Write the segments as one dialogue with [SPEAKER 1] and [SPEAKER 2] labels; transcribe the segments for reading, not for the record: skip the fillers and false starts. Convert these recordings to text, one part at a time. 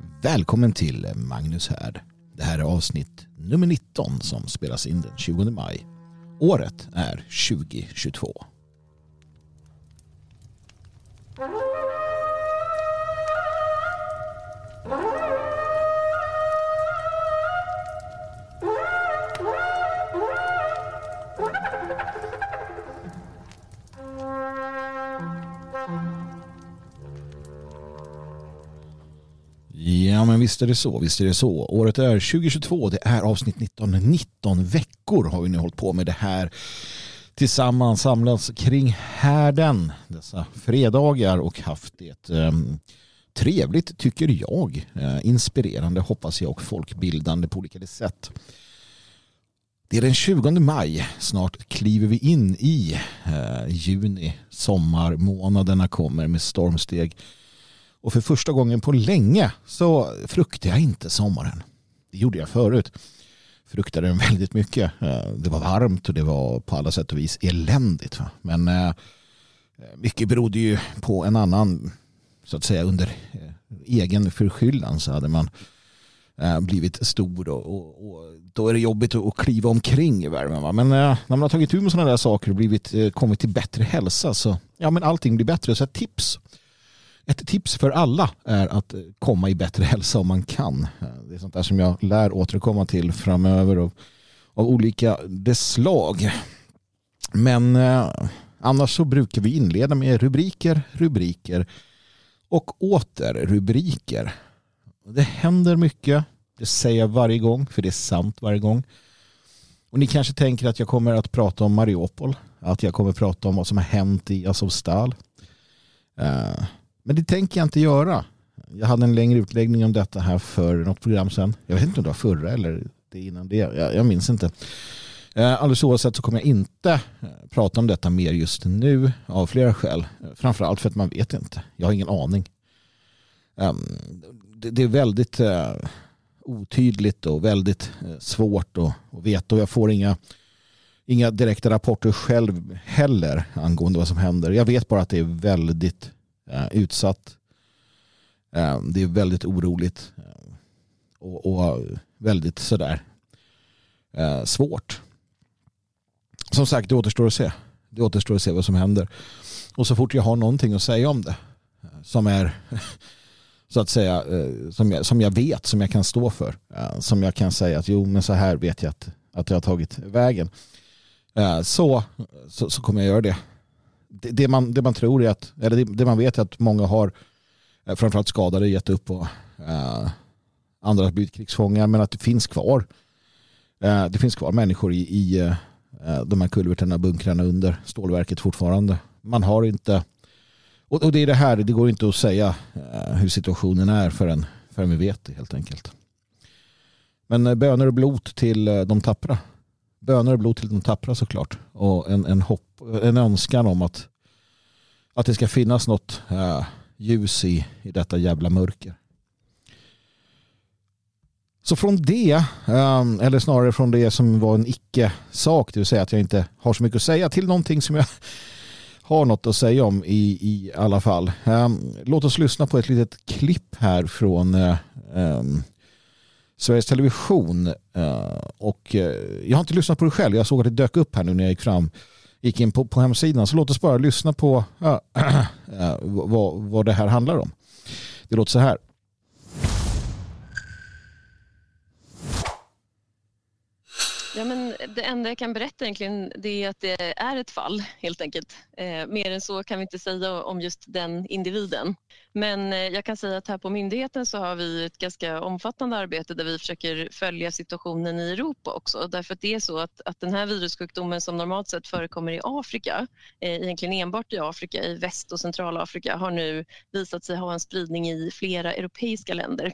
[SPEAKER 1] Välkommen till Magnus här. Det här är avsnitt nummer 19 som spelas in den 20 maj. Året är 2022. Ja, men visst är det så. Året är 2022, det är avsnitt 19. 19 veckor har vi nu hållit på med det här. Tillsammans samlats kring härden dessa fredagar och haft det trevligt tycker jag. Inspirerande hoppas jag och folkbildande på olika sätt. Det är den 20 maj, snart kliver vi in i juni. Sommarmånaderna kommer med stormsteg. Och för första gången på länge så fruktar jag inte sommaren. Det gjorde jag förut. Fruktade den väldigt mycket. Det var varmt och det var på alla sätt och vis eländigt. Va? Men mycket berodde ju på en annan, så att säga under egen förskyllan så hade man blivit stor och då är det jobbigt att kliva omkring i värmen. Va? Men när man har tagit ut med sådana där saker och kommit till bättre hälsa så ja, men allting blir bättre. Så ett tips för alla är att komma i bättre hälsa om man kan. Det är sånt där som jag lär återkomma till framöver av olika slag. Men annars så brukar vi inleda med rubriker och åter rubriker. Det händer mycket. Det säger jag varje gång, för det är sant varje gång. Och ni kanske tänker att jag kommer att prata om Mariupol. Att jag kommer att prata om vad som har hänt i Azovstal. Men det tänker jag inte göra. Jag hade en längre utläggning om detta här för något program sedan. Jag vet inte om det var förra eller det innan det. Jag minns inte. Alldeles oavsett så kommer jag inte prata om detta mer just nu av flera skäl. Framförallt för att man vet inte. Jag har ingen aning. Det är väldigt otydligt och väldigt svårt att veta. Och jag får inga direkta rapporter själv heller angående vad som händer. Jag vet bara att det är väldigt utsatt. Det är väldigt oroligt och väldigt sådär svårt. Som sagt, det återstår att se. Det återstår att se vad som händer. Och så fort jag har någonting att säga om det som är så att säga som jag vet, som jag kan stå för, som jag kan säga att jo, men så här vet jag att jag har tagit vägen. Så kommer jag göra det. Det man tror är att, eller det man vet är att många har framförallt skadade gett upp och andra har blivit krigsfångar, men att det finns kvar människor i de här kulverterna, bunkrarna under stålverket fortfarande. Man har inte, och det är det här, det går inte att säga hur situationen är förrän vi vet det helt enkelt. Men böner och blod till de tappra. Böner och blod till de tappra såklart. Och en önskan om att det ska finnas något ljus i detta jävla mörker. Så från det, eller snarare från det som var en icke-sak, det vill säga att jag inte har så mycket att säga, till någonting som jag har något att säga om i alla fall. Låt oss lyssna på ett litet klipp här från Sveriges Television. Och jag har inte lyssnat på det själv. Jag såg att det dök upp här nu när jag gick in på hemsidan. Så låt oss bara lyssna på vad det här handlar om. Det låter så här.
[SPEAKER 2] Ja, men det enda jag kan berätta egentligen, det är att det är ett fall helt enkelt. Mer än så kan vi inte säga om just den individen. Men jag kan säga att här på myndigheten så har vi ett ganska omfattande arbete där vi försöker följa situationen i Europa också. Därför att det är så att den här virussjukdomen som normalt sett förekommer i Afrika, egentligen enbart i Afrika, i Väst- och Centralafrika, har nu visat sig ha en spridning i flera europeiska länder.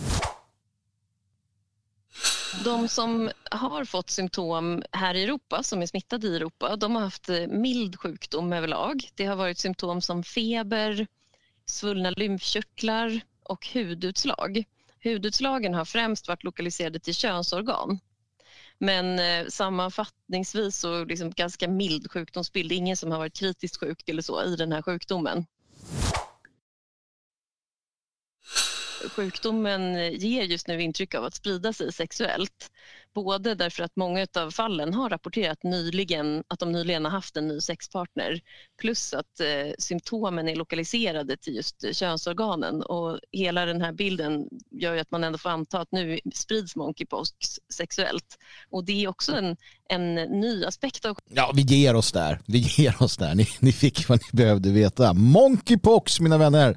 [SPEAKER 2] De som har fått symptom här i Europa, som är smittade i Europa, de har haft mild sjukdom överlag. Det har varit symptom som feber, svullna lymfkörtlar och hudutslag. Hudutslagen har främst varit lokaliserade till könsorgan. Men sammanfattningsvis så liksom ganska mild sjukdomsbild. Ingen som har varit kritiskt sjuk eller så i den här sjukdomen. sjukdomen ger just nu intryck av att sprida sig sexuellt. Både därför att många av fallen har rapporterat nyligen att de nyligen har haft en ny sexpartner, plus att symptomen är lokaliserade till just könsorganen, och hela den här bilden gör ju att man ändå får anta att nu sprids monkeypox sexuellt, och det är också en ny aspekt av...
[SPEAKER 1] Ja, vi ger oss där. Ni fick vad ni behövde veta. Monkeypox, mina vänner.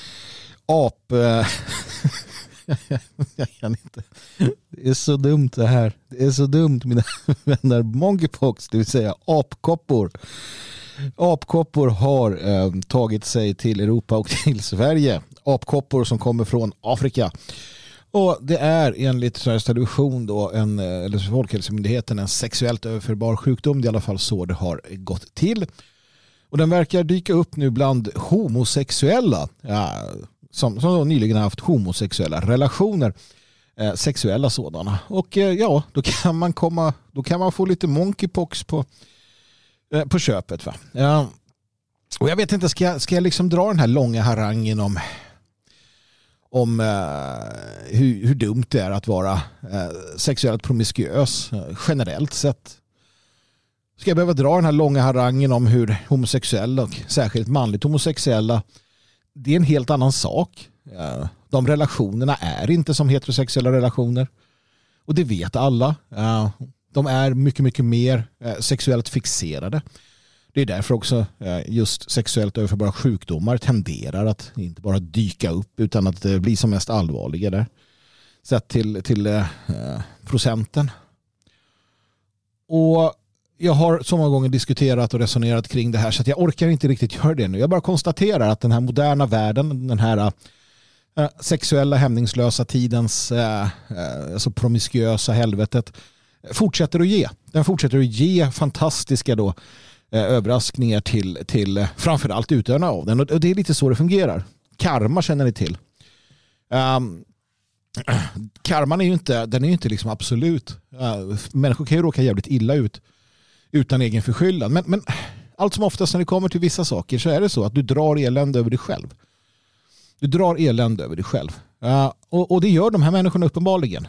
[SPEAKER 1] Jag kan inte. Det är så dumt det här. Det är så dumt, mina vänner. Monkeypox, det vill säga apkoppor. Apkoppor har tagit sig till Europa och till Sverige. Apkoppor som kommer från Afrika. Och det är enligt Sveriges Television då eller Folkhälsomyndigheten en sexuellt överförbar sjukdom. Det är i alla fall så det har gått till. Och den verkar dyka upp nu bland homosexuella. Ja, som nyligen har haft homosexuella relationer, sexuella sådana. Och då kan man få lite monkeypox på köpet, va? Ja. Och jag vet inte, ska jag liksom dra den här långa harangen om hur dumt det är att vara sexuellt promiskuös generellt sett? Ska jag behöva dra den här långa harangen om hur homosexuella och särskilt manligt homosexuella, det är en helt annan sak. De relationerna är inte som heterosexuella relationer. Och det vet alla. De är mycket, mycket mer sexuellt fixerade. Det är därför också just sexuellt överförbara sjukdomar tenderar att inte bara dyka upp utan att bli som mest allvarliga där. Sett till procenten. Och jag har så många gånger diskuterat och resonerat kring det här så att jag orkar inte riktigt göra det nu. Jag bara konstaterar att den här moderna världen, den här sexuella hämningslösa tidens alltså promiskuösa helvetet fortsätter att ge. Den fortsätter att ge fantastiska då överraskningar till framförallt utövarna av den. Och det är lite så det fungerar. Karma känner ni till. Karman är ju inte liksom absolut. Människor kan ju råka jävligt illa ut utan egen förskyllan. Men allt som oftast när det kommer till vissa saker så är det så att du drar elände över dig själv. Du drar elände över dig själv. Och det gör de här människorna uppenbarligen.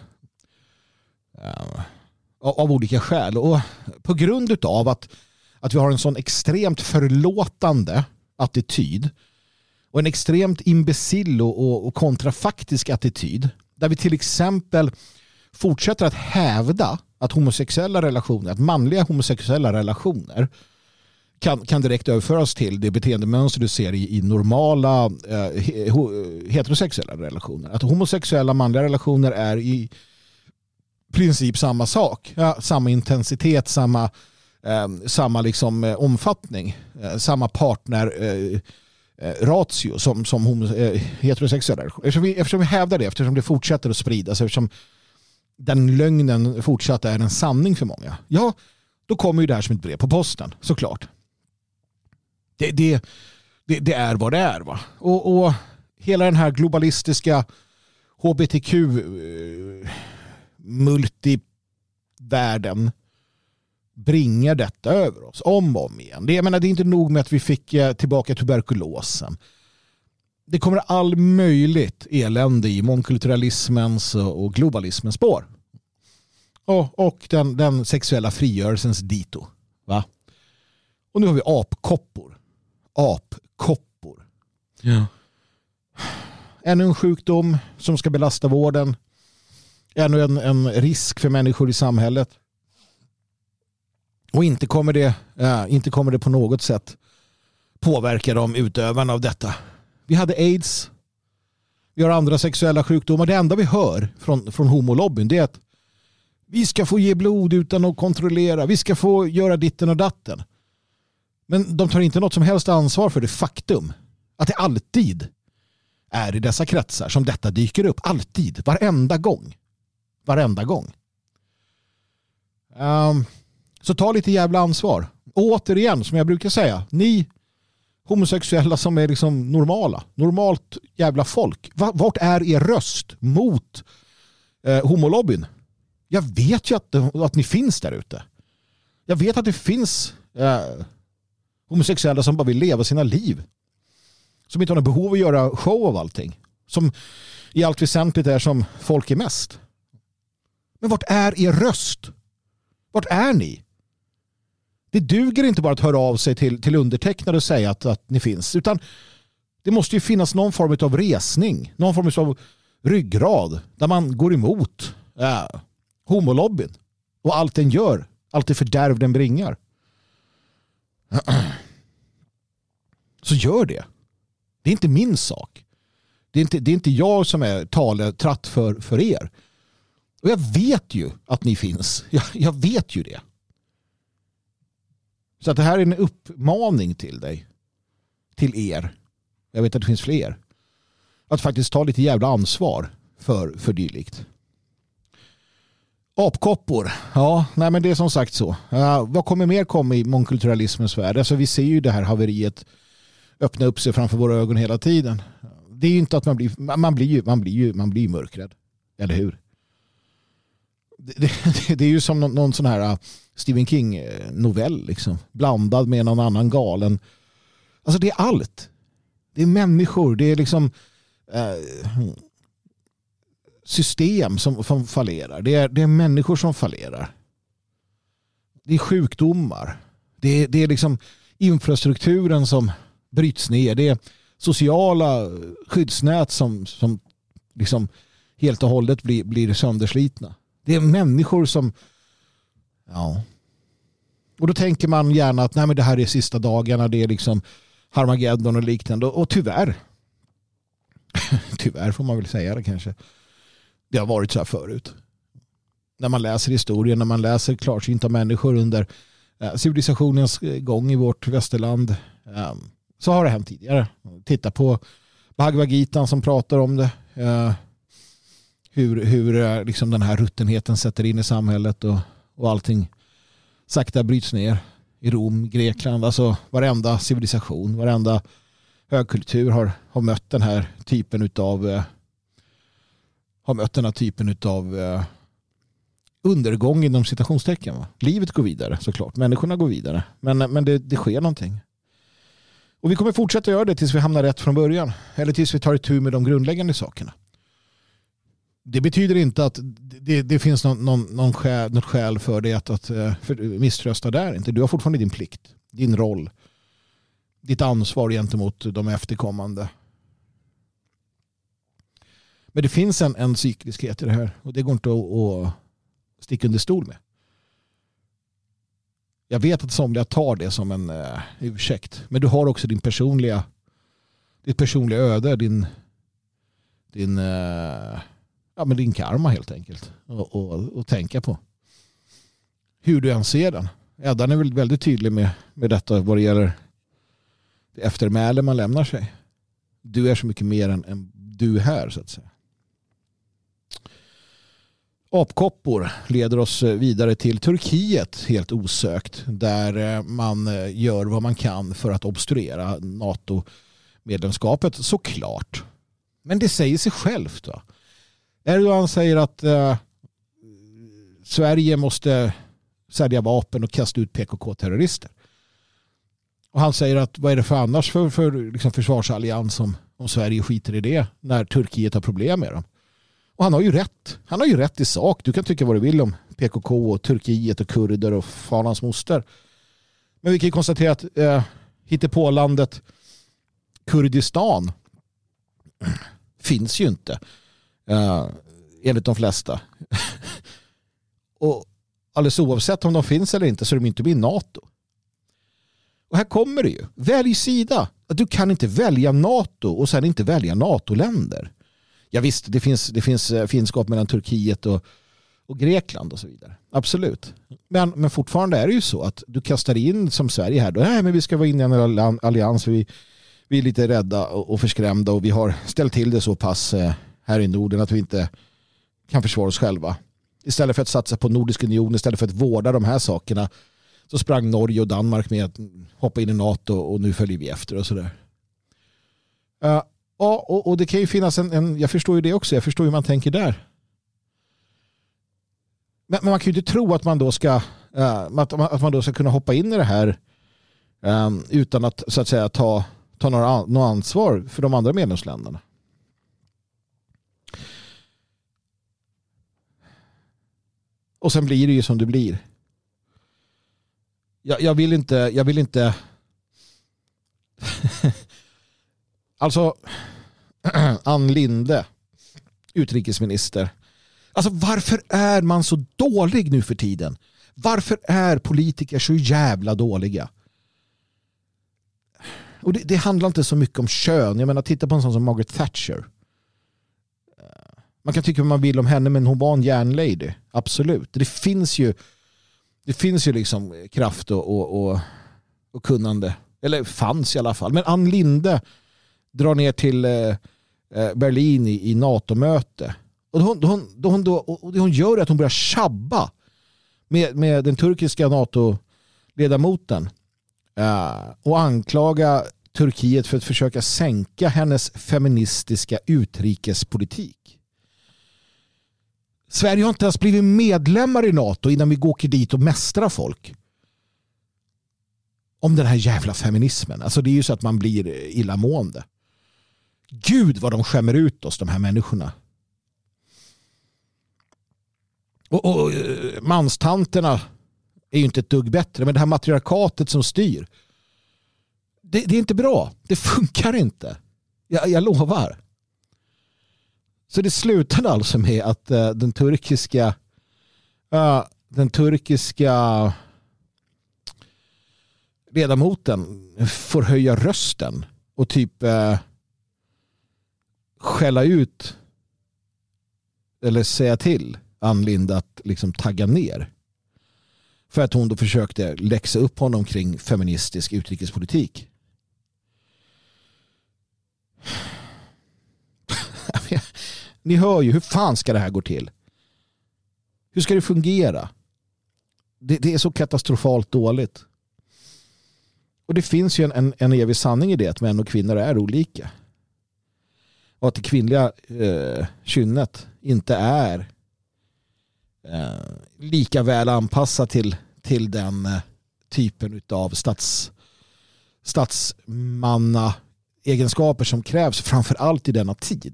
[SPEAKER 1] Av olika skäl. Och på grund av att vi har en sån extremt förlåtande attityd och en extremt imbecill och kontrafaktisk attityd där vi till exempel fortsätter att hävda att homosexuella relationer, att manliga homosexuella relationer kan direkt överföras till det beteendemönster du ser i normala heterosexuella relationer. Att homosexuella manliga relationer är i princip samma sak. Ja, samma intensitet, samma liksom omfattning, samma partner ratio som heterosexuella. Eftersom vi hävdar det, eftersom det fortsätter att spridas, eftersom den lögnen fortsatt är en sanning för många. Ja, då kommer ju det här som ett brev på posten, såklart. Det är vad det är, va? Och hela den här globalistiska HBTQ multivärlden bringar detta över oss om och om igen. Det är inte nog med att vi fick tillbaka tuberkulosen. Det kommer all möjligt elände i mångkulturalismens och globalismens spår. Och den sexuella frigörelsens dito. Va? Och nu har vi apkoppor. Ja. Ännu en sjukdom som ska belasta vården. Ännu en risk för människor i samhället. Och inte kommer det på något sätt påverka de utövarna av detta. Vi hade AIDS. Vi har andra sexuella sjukdomar. Det enda vi hör från homolobbyn det är att vi ska få ge blod utan att kontrollera. Vi ska få göra ditten och datten. Men de tar inte något som helst ansvar för det faktum att det alltid är i dessa kretsar som detta dyker upp. Alltid. Varenda gång. Så ta lite jävla ansvar. Och återigen, som jag brukar säga, ni homosexuella som är liksom normalt jävla folk. Vart är er röst mot homolobbyn? Jag vet ju att ni finns där ute. Jag vet att det finns homosexuella som bara vill leva sina liv. Som inte har något behov av att göra show av allting. som i allt väsentligt är som folk är mest. Men vart är er röst? Vart är ni? Det duger inte bara att höra av sig till undertecknare och säga att ni finns, utan det måste ju finnas någon form av resning, någon form av ryggrad där man går emot homolobbyn och allt den gör, allt det fördärv den bringar. Så gör det. Det är inte min sak. Det är inte jag som är tratt för er. Och jag vet ju att ni finns. Jag vet ju det. Så att det här är en uppmaning till dig. Till er. Jag vet att det finns fler. Att faktiskt ta lite jävla ansvar för dylikt. Apkoppor. Ja, nej men det är som sagt så. Vad kommer mer komma i mångkulturalismens värld? Alltså vi ser ju det här haveriet öppna upp sig framför våra ögon hela tiden. Det är ju inte att man blir mörkrädd. Eller hur? Det är ju som någon sån här Stephen King-novell liksom. Blandad med någon annan galen. Alltså det är allt. Det är människor. Det är liksom system som fallerar. Det är människor som fallerar. Det är sjukdomar. Det är liksom infrastrukturen som bryts ner. Det är sociala skyddsnät som liksom helt och hållet blir sönderslitna. Det är människor som och då tänker man gärna att nej, men det här är sista dagarna, det är liksom Harmageddon och liknande, och tyvärr får man väl säga det kanske. Det har varit så här förut. När man läser historien, när man läser klarsynta människor under civilisationens gång i vårt västerland, så har det hänt tidigare. Titta på Bhagavad Gita som pratar om det. Hur liksom den här ruttenheten sätter in i samhället och allting sakta bryts ner i Rom, Grekland. Alltså varenda civilisation, varenda högkultur har mött den här typen utav undergång inom citationstecken. Va? Livet går vidare såklart. Människorna går vidare. Men det sker någonting. Och vi kommer fortsätta göra det tills vi hamnar rätt från början. Eller tills vi tar itu med de grundläggande sakerna. Det betyder inte att det finns något skäl för det att misströsta där. Inte. Du har fortfarande din plikt, din roll, ditt ansvar gentemot de efterkommande. Men det finns en cykliskhet i det här. Och det går inte att sticka under stol med. Jag vet att somliga tar det som en ursäkt. Men du har också ditt personliga öde, din karma helt enkelt. Och tänka på. Hur du än ser den. Eddan är väl väldigt tydlig med detta vad det gäller det eftermäle man lämnar sig. Du är så mycket mer än du här så att säga. Apkoppor leder oss vidare till Turkiet helt osökt, där man gör vad man kan för att obstruera NATO-medlemskapet såklart. Men det säger sig självt. Va? Erdogan säger att Sverige måste sälja vapen och kasta ut PKK-terrorister. Och han säger att vad är det för annars för liksom försvarsallians om Sverige skiter i det när Turkiet har problem med dem. Och han har ju rätt. Han har ju rätt i sak. Du kan tycka vad du vill om PKK och Turkiet och kurder och fan hans moster. Men vi kan ju konstatera att hittepålandet Kurdistan finns ju inte enligt de flesta. Och alldeles oavsett om de finns eller inte så är de inte med i NATO. Och här kommer det ju. Välj sida. Att du kan inte välja NATO och sen inte välja NATO-länder. Ja visst, det finns fiendskap mellan Turkiet och Grekland och så vidare. Absolut. Men fortfarande är det ju så att du kastar in som Sverige här. Nej, men vi ska vara inne i en allians. Vi är lite rädda och förskrämda och vi har ställt till det så pass här i Norden att vi inte kan försvara oss själva. Istället för att satsa på Nordisk union, istället för att vårda de här sakerna, så sprang Norge och Danmark med att hoppa in i NATO och nu följer vi efter och sådär. Och det kan ju finnas jag förstår ju det också, jag förstår hur man tänker där. Men man kan ju inte tro att man då ska kunna hoppa in i det här utan att så att säga ta något ansvar för de andra medlemsländerna. Och sen blir det ju som det blir. Jag vill inte alltså Ann Linde, utrikesminister. Alltså varför är man så dålig nu för tiden? Varför är politiker så jävla dåliga? Och det handlar inte så mycket om kön. Jag menar, titta på en sån som Margaret Thatcher. Man kan tycka vad man vill om henne, men hon var en järnlady. Absolut. Det finns ju liksom kraft och kunnande. Eller fanns i alla fall. Men Ann Linde drar ner till Berlin i NATO-möte. Och det hon gör är att hon börjar tjabba med den turkiska NATO-ledamoten och anklaga Turkiet för att försöka sänka hennes feministiska utrikespolitik. Sverige har inte ens blivit medlemmar i NATO innan vi åker dit och mästrar folk. Om den här jävla feminismen. Alltså det är ju så att man blir illamående. Gud vad de skämmer ut oss, de här människorna. Och manstanterna är ju inte ett dugg bättre, men det här matriarkatet som styr, det är inte bra. Det funkar inte. Jag lovar. Så det slutade alltså med att den turkiska ledamoten får höja rösten och typ skälla ut eller säga till Ann Linde att liksom tagga ner. För att hon då försökte läxa upp honom kring feministisk utrikespolitik. Ni hör ju, hur fan ska det här gå till? Hur ska det fungera? Det är så katastrofalt dåligt. Och det finns ju en evig sanning i det, att män och kvinnor är olika. Och att det kvinnliga kynnet inte är lika väl anpassat till den typen av statsmanna egenskaper som krävs framför allt i denna tid.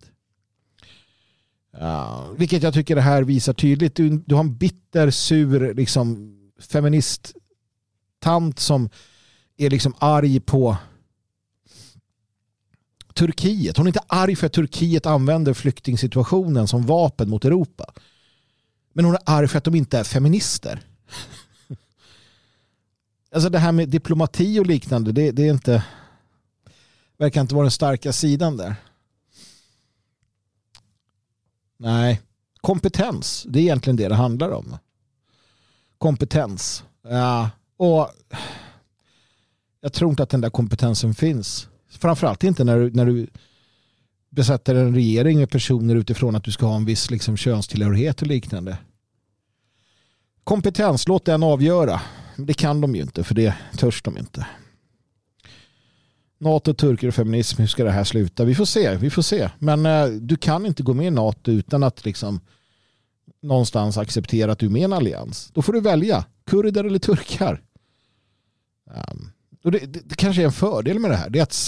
[SPEAKER 1] Vilket jag tycker det här visar tydligt. Du har en bitter, sur liksom feministtant som är liksom arg på Turkiet. Hon är inte arg för att Turkiet använder flyktingsituationen som vapen mot Europa. Men hon är arg för att de inte är feminister. Alltså det här med diplomati och liknande, det är inte, verkar inte vara den starka sidan där. Nej, kompetens, det är egentligen det handlar om. Kompetens. Ja, och jag tror inte att den där kompetensen finns. Framförallt inte när du besätter en regering med personer utifrån att du ska ha en viss liksom könstillhörighet och liknande. Kompetens, låt den avgöra. Det kan de ju inte, för det törs de inte. NATO, turker och feminism, hur ska det här sluta? Vi får se. Men du kan inte gå med i NATO utan att liksom någonstans acceptera att du är med i en allians. Då får du välja, kurder eller turkar. Och det kanske är en fördel med det här. Det är att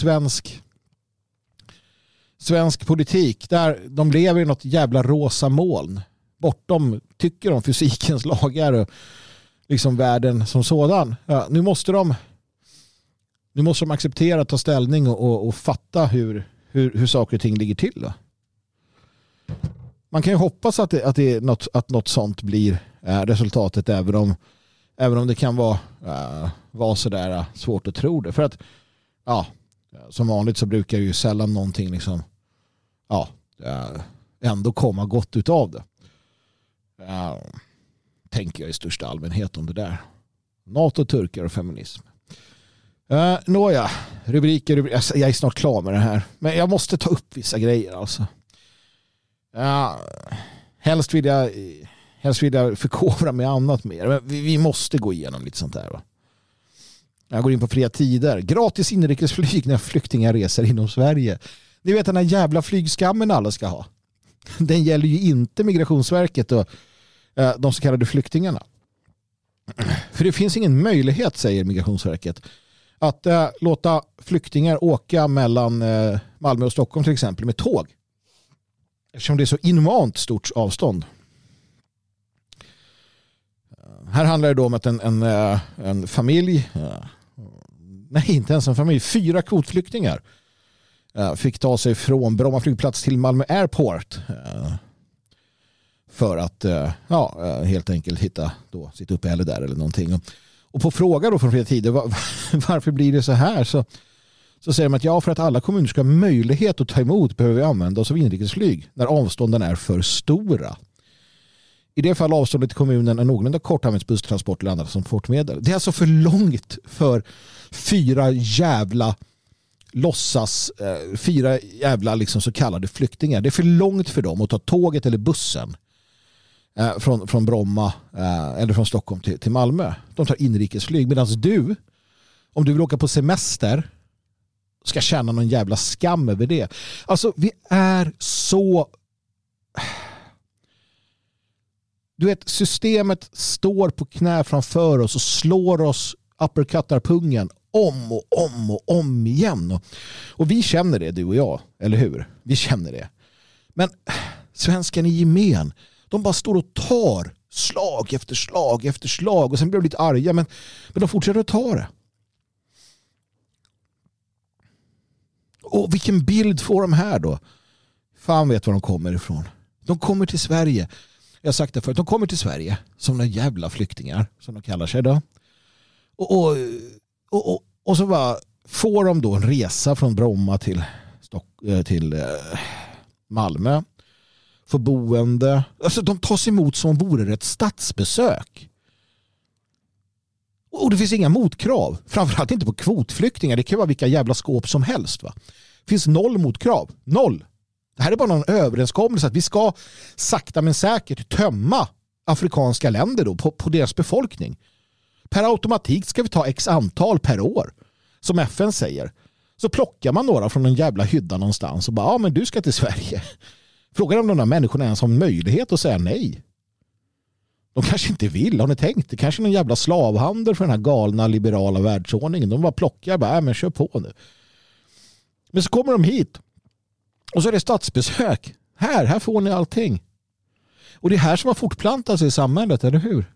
[SPEAKER 1] svensk politik, där de lever i något jävla rosa moln. Bortom tycker om fysikens lagar och liksom världen som sådan. Nu måste de acceptera, ta ställning och fatta hur saker och ting ligger till. Då. Man kan ju hoppas att något sånt blir resultatet, även om det kan vara sådär svårt att tro det. För att som vanligt så brukar ju sällan någonting liksom ändå komma gott utav det. Tänker jag i största allmänhet om det där. NATO, turkar och feminism. Nåja, rubriker. Jag är snart klar med det här. Men jag måste ta upp vissa grejer alltså. Helst vill jag förkovra mig annat mer. Men vi måste gå igenom lite sånt där. Va? Jag går in på fria tider. Gratis inrikesflyg när flyktingar reser inom Sverige. Ni vet den här jävla flygskammen alla ska ha. Den gäller ju inte Migrationsverket och de så kallade flyktingarna. För det finns ingen möjlighet, säger Migrationsverket, att låta flyktingar åka mellan Malmö och Stockholm till exempel med tåg. Eftersom det är så inhumant stort avstånd. Här handlar det då om att en familj, nej inte ens en familj, 4 kvotflyktingar fick ta sig från Bromma flygplats till Malmö Airport för att helt enkelt hitta då sitt uppehälle där eller någonting. Och på fråga då från flera tider varför blir det så här, så säger man att för att alla kommuner ska ha möjlighet att ta emot behöver vi använda oss av inrikesflyg när avstånden är för stora. I det fall avståndet till kommunen är någorlunda kort används busstransport eller andra som transportmedel. Det är alltså för långt för 4 jävla liksom så kallade flyktingar. Det är för långt för dem att ta tåget eller bussen från Bromma eller från Stockholm till Malmö. De tar inrikesflyg, medan du, om du vill åka på semester, ska känna någon jävla skam över det. Alltså vi är så... Du vet, systemet står på knä framför oss och slår oss, uppercuttar pungen om igen. Och vi känner det, du och jag, eller hur? Vi känner det. Men svenskan i gemen, de bara står och tar slag efter slag efter slag och sen blir de lite arga, men de fortsätter att ta det. Och vilken bild får de här då? Fan vet var de kommer ifrån. De kommer till Sverige. Jag har sagt det förut, de kommer till Sverige som några jävla flyktingar, som de kallar sig då. Och så bara får de då en resa från Bromma till Malmö. För boende. Alltså de tas emot som vore det ett statsbesök. Och det finns inga motkrav. Framförallt inte på kvotflyktingar. Det kan vara vilka jävla skåp som helst. Va? Det finns 0 motkrav. 0. Det här är bara någon överenskommelse att vi ska sakta men säkert tömma afrikanska länder då på deras befolkning. Per automatik ska vi ta x antal per år. Som FN säger. Så plockar man några från en jävla hydda någonstans och bara, men du ska till Sverige. Frågar om de där människorna ens har möjlighet att säga nej. De kanske inte vill, har ni tänkt? Det kanske är någon jävla slavhandel för den här galna liberala världsordningen. De bara plockar, men kör på nu. Men så kommer de hit. Och så är det statsbesök. Här får ni allting. Och det är här som har fortplantat sig i samhället, eller hur?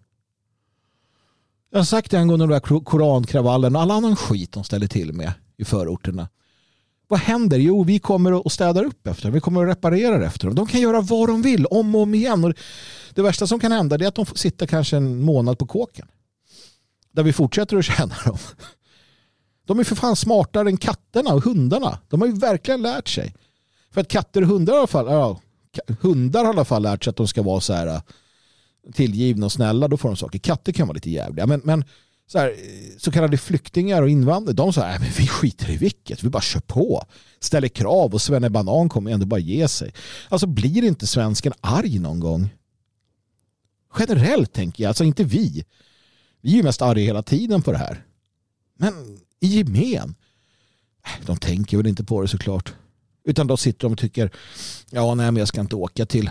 [SPEAKER 1] Jag har sagt det en gång om de där korankravallen och alla annan skit de ställer till med i förorterna. Vad händer? Jo, vi kommer att städa upp efter dem. Vi kommer att reparera efter dem. De kan göra vad de vill, om och om igen. Och det värsta som kan hända är att de får sitta kanske en månad på kåken. Där vi fortsätter att tjäna dem. De är för fan smartare än katterna och hundarna. De har ju verkligen lärt sig. För att katter och hundar i alla fall... hundar har i alla fall lärt sig att de ska vara så här tillgivna och snälla. Då får de saker. Katter kan vara lite jävliga. Men så kallade flyktingar och invandrare, de säger men vi skiter i vilket, vi bara kör på, ställer krav och Svenne Banan kommer ändå bara ge sig. Alltså blir inte svensken arg någon gång? Generellt tänker jag, alltså inte vi är ju mest arga hela tiden på det här, men i gemen de tänker väl inte på det såklart, utan då sitter de och tycker men jag ska inte åka till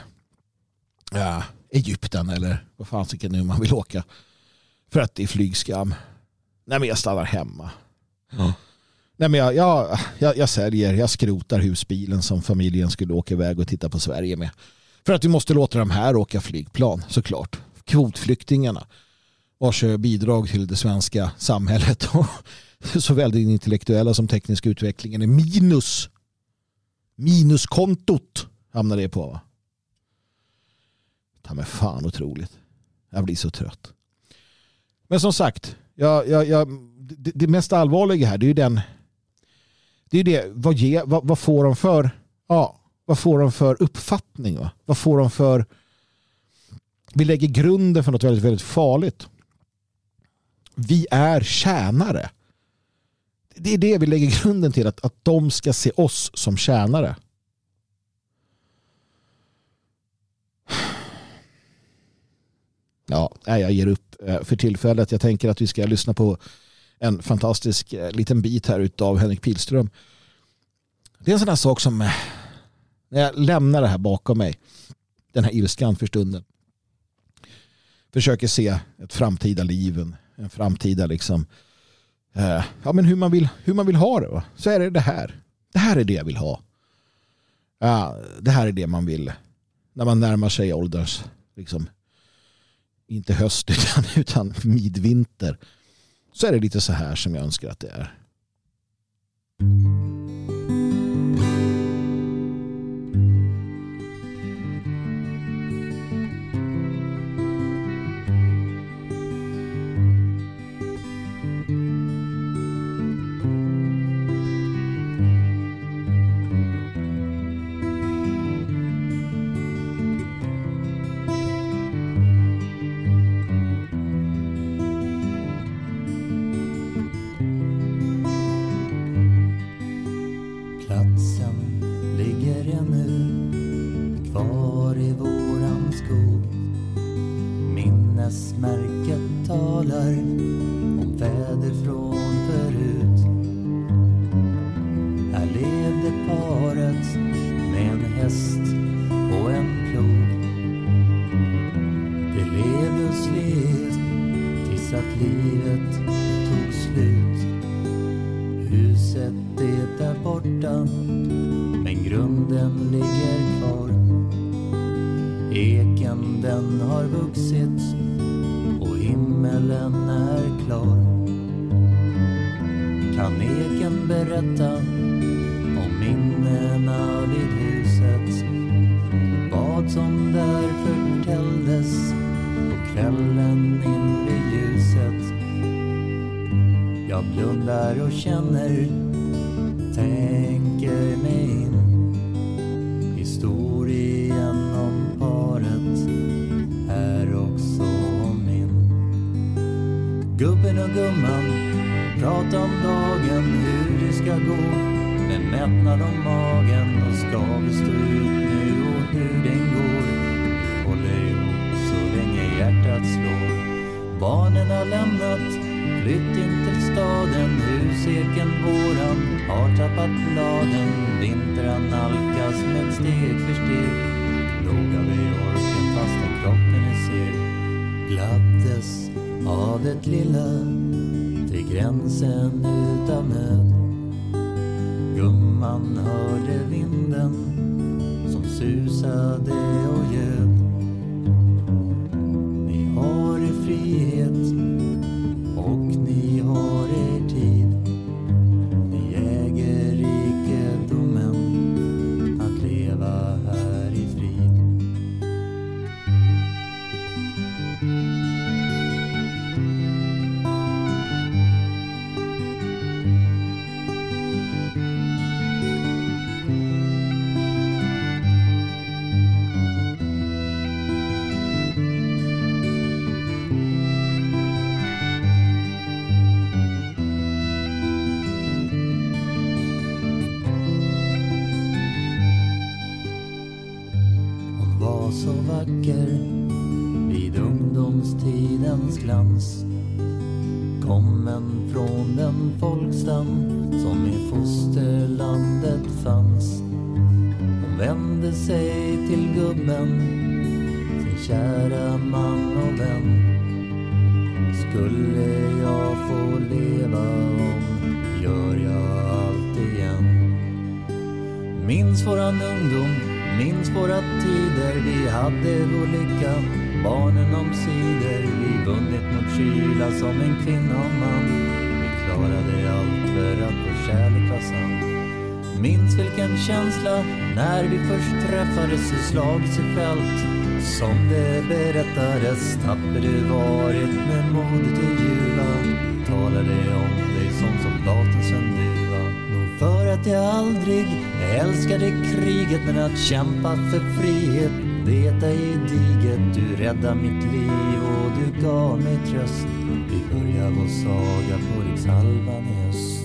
[SPEAKER 1] Egypten eller vad fan tycker nu man vill åka. För att det är flygskam. Nej, men jag stannar hemma. Ja. Nej, men jag säljer. Jag skrotar husbilen som familjen skulle åka iväg och titta på Sverige med. För att vi måste låta de här åka flygplan, såklart. Kvotflyktingarna. Vars bidrag till det svenska samhället och såväl den intellektuella som tekniska utvecklingen är minuskontot hamnar det på. Va? Ta mig fan otroligt. Jag blir så trött. Men som sagt, det mest allvarliga här, det är det vad får de för vad får de för uppfattning, va? Vad får de för, vi lägger grunden för något väldigt, väldigt farligt. Vi är tjänare. Det är det vi lägger grunden till, att de ska se oss som tjänare. Ja, jag ger upp för tillfället. Jag tänker att vi ska lyssna på en fantastisk liten bit här utav Henrik Pilström. Det är en sån här sak som när jag lämnar det här bakom mig, den här ilskan för stunden, försöker se ett framtida liv, en framtida liksom men hur man vill ha det, va? Så är det här. Det här är det jag vill ha. Det här är det man vill när man närmar sig ålderns liksom inte höst utan midvinter, så är det lite så här som jag önskar att det är.
[SPEAKER 3] Minns våran ungdom, minns våra tider. Vi hade vår lycka, barnen omsider. Vi vunnit mot kyla som en kvinna och man. Vi klarade allt för att vår kärlek var sann. Minns vilken känsla när vi först träffades i slagits i fält. Som det berättades, tapper du varit med modet i ljuva. Talade om dig som soldaten sen du var. Nog för att jag aldrig älskade kriget, men att kämpa för frihet, det är diget. Du räddade mitt liv och du gav mig tröst. Vi börjar vår saga på rikshalvan i öst.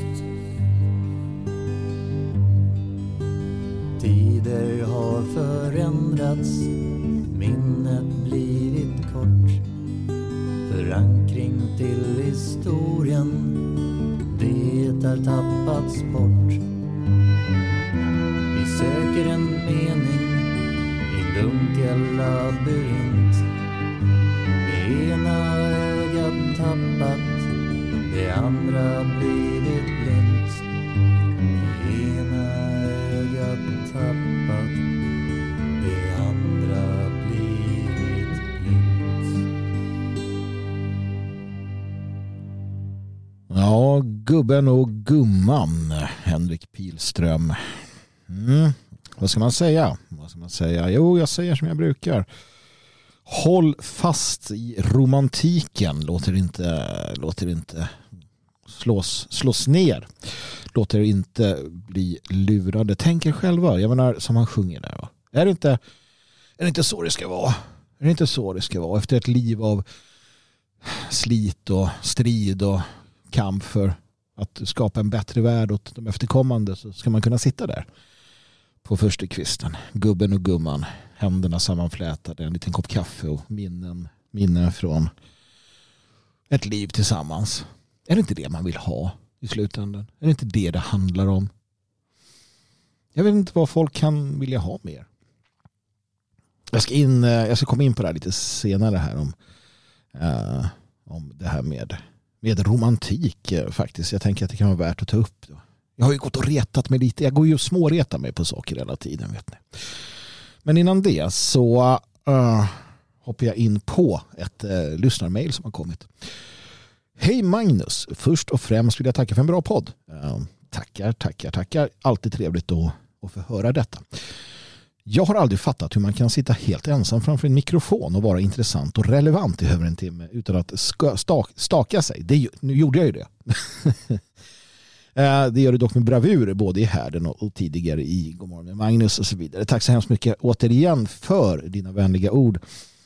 [SPEAKER 3] Tider har förändrats, minnet blivit kort. Förankring till historien, det har tappats bort. Vi söker en mening i dunkel labyrint. Det ena ögat tappat, det andra blivit blint. Det ena ögat tappat, det andra blivit blint.
[SPEAKER 1] Gubben och gumman, Henrik Pilström. Vad ska man säga? Jo, jag säger som jag brukar. Håll fast i romantiken. Låter inte slås ner. Låter inte bli lurade. Tänk er själva. Jag menar, som han sjunger där. Va? Är det inte så det ska vara? Är det inte så det ska vara? Efter ett liv av slit och strid och kamp för att skapa en bättre värld åt de efterkommande, så ska man kunna sitta där på första kvisten. Gubben och gumman, händerna sammanflätade, en liten kopp kaffe och minnen från ett liv tillsammans. Är det inte det man vill ha i slutändan? Är det inte det handlar om? Jag vet inte vad folk kan vilja ha mer. Jag ska komma in på det här lite senare här om det här med romantik faktiskt. Jag tänker att det kan vara värt att ta upp. Jag har ju gått och retat mig lite. Jag går ju och småretar mig på saker hela tiden, vet ni. Men innan det så hoppar jag in på ett lyssnarmail som har kommit. Hej Magnus, först och främst vill jag tacka för en bra podd. Tackar. Alltid trevligt att få höra detta. Jag har aldrig fattat hur man kan sitta helt ensam framför en mikrofon och vara intressant och relevant i över en timme utan att staka sig. Nu gjorde jag ju det. Det gör det dock med bravur både i härden och tidigare i Godmorgon med Magnus och så vidare. Tack så hemskt mycket återigen för dina vänliga ord.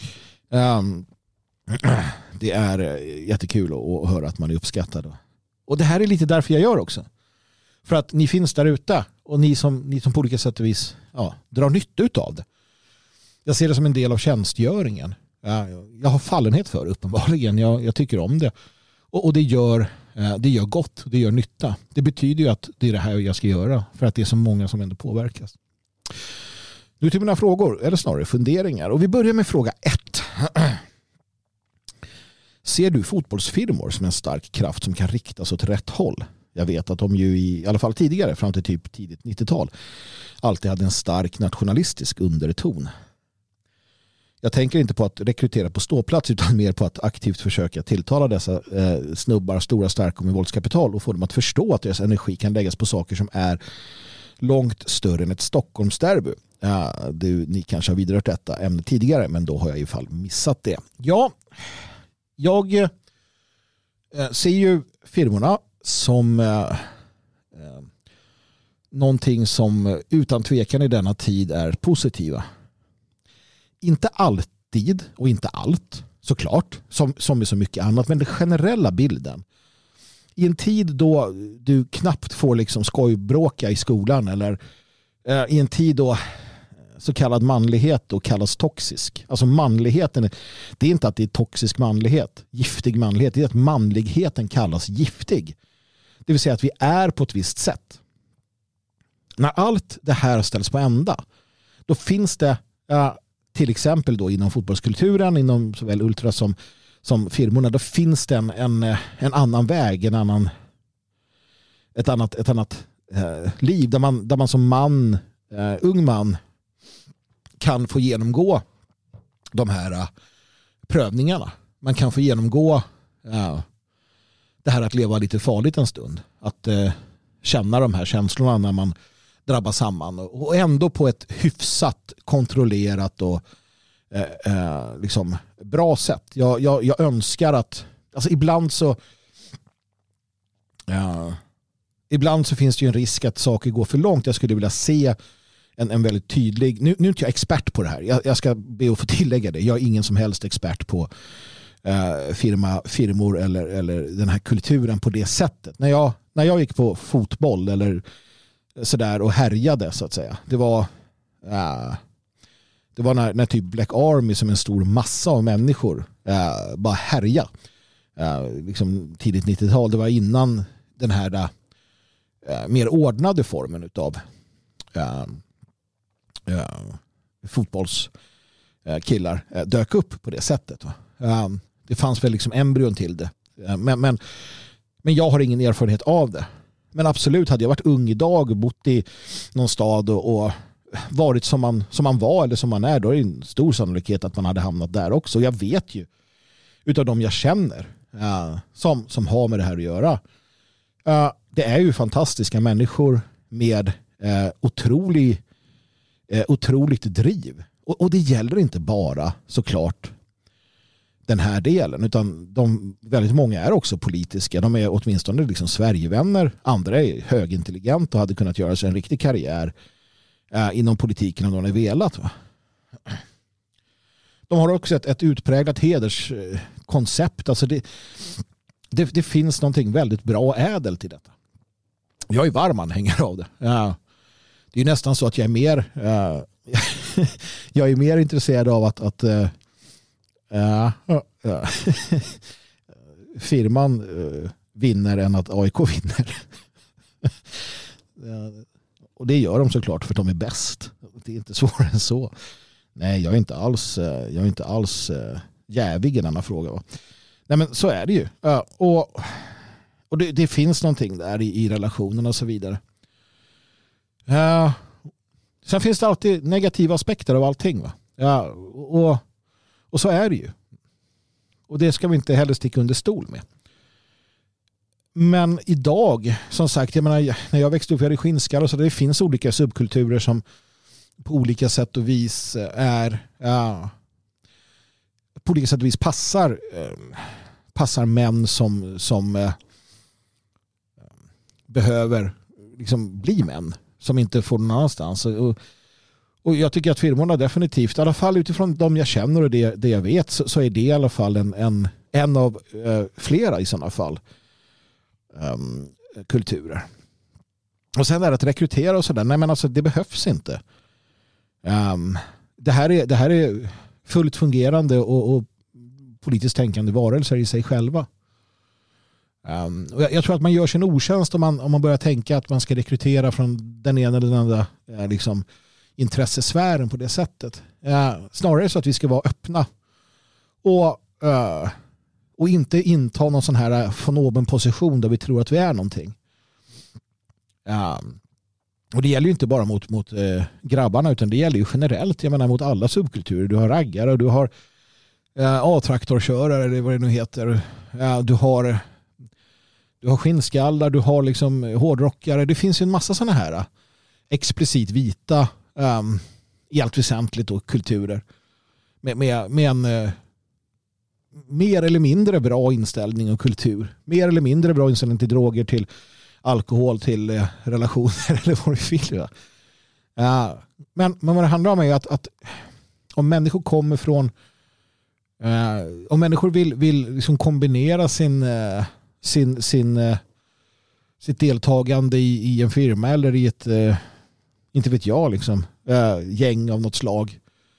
[SPEAKER 1] Det är jättekul att höra att man är uppskattad. Och det här är lite därför jag gör också. För att ni finns där ute och ni som på olika sätt och vis drar nytta av det. Jag ser det som en del av tjänstgöringen. Jag har fallenhet för uppenbarligen. Jag tycker om det. Och det gör gott. Det gör nytta. Det betyder ju att det är det här jag ska göra. För att det är så många som ändå påverkas. Nu till mina frågor. Eller snarare funderingar. Och vi börjar med fråga 1. Ser du fotbollsfirmor som en stark kraft som kan riktas åt rätt håll? Jag vet att de ju i alla fall tidigare, fram till typ tidigt 90-tal, alltid hade en stark nationalistisk underton. Jag tänker inte på att rekrytera på ståplats utan mer på att aktivt försöka tilltala dessa snubbar, stora, starka med våldskapital och få dem att förstå att deras energi kan läggas på saker som är långt större än ett Stockholmsderby. Ni kanske har vidrört detta ämne tidigare, men då har jag i alla fall missat det. Ja, jag ser ju firmorna som någonting som utan tvekan i denna tid är positiva. Inte alltid och inte allt, såklart, som med så mycket annat, men den generella bilden. I en tid då du knappt får liksom skojbråka i skolan eller i en tid då så kallad manlighet då kallas toxisk. Alltså manligheten, det är inte att det är toxisk manlighet, giftig manlighet, det är att manligheten kallas giftig. Det vill säga att vi är på ett visst sätt. När allt det här ställs på ända, då finns det till exempel då inom fotbollskulturen, inom såväl ultra som firmorna, då finns det en annan väg, ett annat liv där man som man, ung man kan få genomgå de här prövningarna. Man kan få genomgå det här att leva lite farligt en stund. Att känna de här känslorna när man drabbas samman. Och ändå på ett hyfsat, kontrollerat och liksom bra sätt. Jag önskar att alltså ibland så finns det ju en risk att saker går för långt. Jag skulle vilja se en väldigt tydlig... Nu är inte jag expert på det här. Jag ska be att få tillägga det. Jag är ingen som helst expert på firmor eller den här kulturen på det sättet. När jag gick på fotboll eller sådär och härjade så att säga. Det var när typ Black Army som en stor massa av människor bara härja. Liksom tidigt 90-tal. Det var innan den här mer ordnade formen utav fotbollskillar dök upp på det sättet. Det fanns väl liksom embryon till det. Men jag har ingen erfarenhet av det. Men absolut, hade jag varit ung idag och bott i någon stad och varit som man var eller som man är, då är det en stor sannolikhet att man hade hamnat där också. Jag vet ju utav dem jag känner som har med det här att göra. Det är ju fantastiska människor med otroligt driv. Och det gäller inte bara såklart den här delen, utan väldigt många är också politiska. De är åtminstone liksom Sverigevänner. Andra är högintelligenta och hade kunnat göra sig en riktig karriär inom politiken om de hade velat. Va? De har också ett utpräglat hederskoncept. Alltså det finns någonting väldigt bra och ädelt i detta. Jag är varm anhängare av det. Det är nästan så att jag är mer intresserad av att firman vinner än att AIK vinner. Och det gör de såklart för att de är bäst. Det är inte svårare än så. Nej, jag är inte alls jävig i denna fråga. Va? Nej, men så är det ju. Och det finns någonting där i relationen och så vidare. Sen finns det alltid negativa aspekter av allting. Va? Och så är det ju. Och det ska vi inte heller sticka under stol med. Men idag, som sagt, jag menar, när jag växte upp i Skinnskall och så, det finns olika subkulturer som på olika sätt och vis på olika sätt och vis passar män som behöver liksom bli män, som inte får någon annanstans. Och jag tycker att firmorna definitivt, i alla fall utifrån de jag känner och det jag vet, så är det i alla fall en av flera i sådana fall kulturer. Och sen är det att rekrytera och sådär. Nej, men alltså det behövs inte. Det här är fullt fungerande och politiskt tänkande varelser i sig själva. Och jag tror att man gör sin otjänst om man börjar tänka att man ska rekrytera från den ena eller den andra liksom intressesfären på det sättet. Snarare så att vi ska vara öppna och inte inta någon sån här von oben position där vi tror att vi är någonting. Och det gäller ju inte bara mot grabbarna, utan det gäller ju generellt. Jag menar mot alla subkulturer. Du har raggare och du har A-traktorkörare eller vad det nu heter. Du har skinnskallar, du har liksom hårdrockare. Det finns ju en massa såna här explicit vita i allt väsentligt och kulturer med en mer eller mindre bra inställning och kultur. Mer eller mindre bra inställning till droger, till alkohol, till relationer eller vad du vill. Men vad det handlar om är att om människor kommer från om människor vill liksom kombinera sitt deltagande i en firma eller i ett inte vet jag liksom gäng av något slag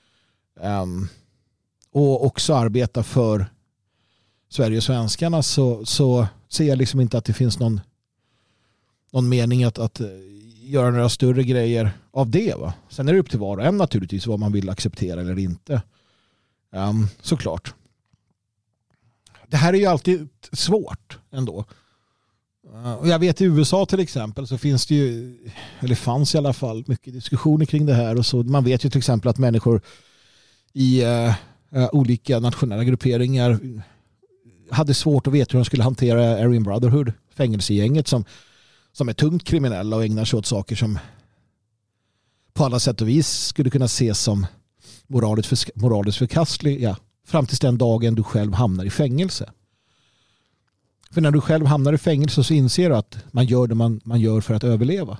[SPEAKER 1] och också arbeta för Sverige och svenskarna, så ser jag liksom inte att det finns någon mening att göra några större grejer av det. Va? Sen är det upp till var och en naturligtvis vad man vill acceptera eller inte. Såklart. Det här är ju alltid svårt ändå. Och jag vet i USA till exempel så finns det ju, eller fanns i alla fall, mycket diskussioner kring det här. Och så, man vet ju till exempel att människor i olika nationella grupperingar hade svårt att veta hur de skulle hantera Aryan Brotherhood, fängelsegänget som är tungt kriminella och ägnar sig åt saker som på alla sätt och vis skulle kunna ses som moraliskt förkastliga fram till den dagen du själv hamnar i fängelse. För när du själv hamnar i fängelse så inser du att man gör det man gör för att överleva.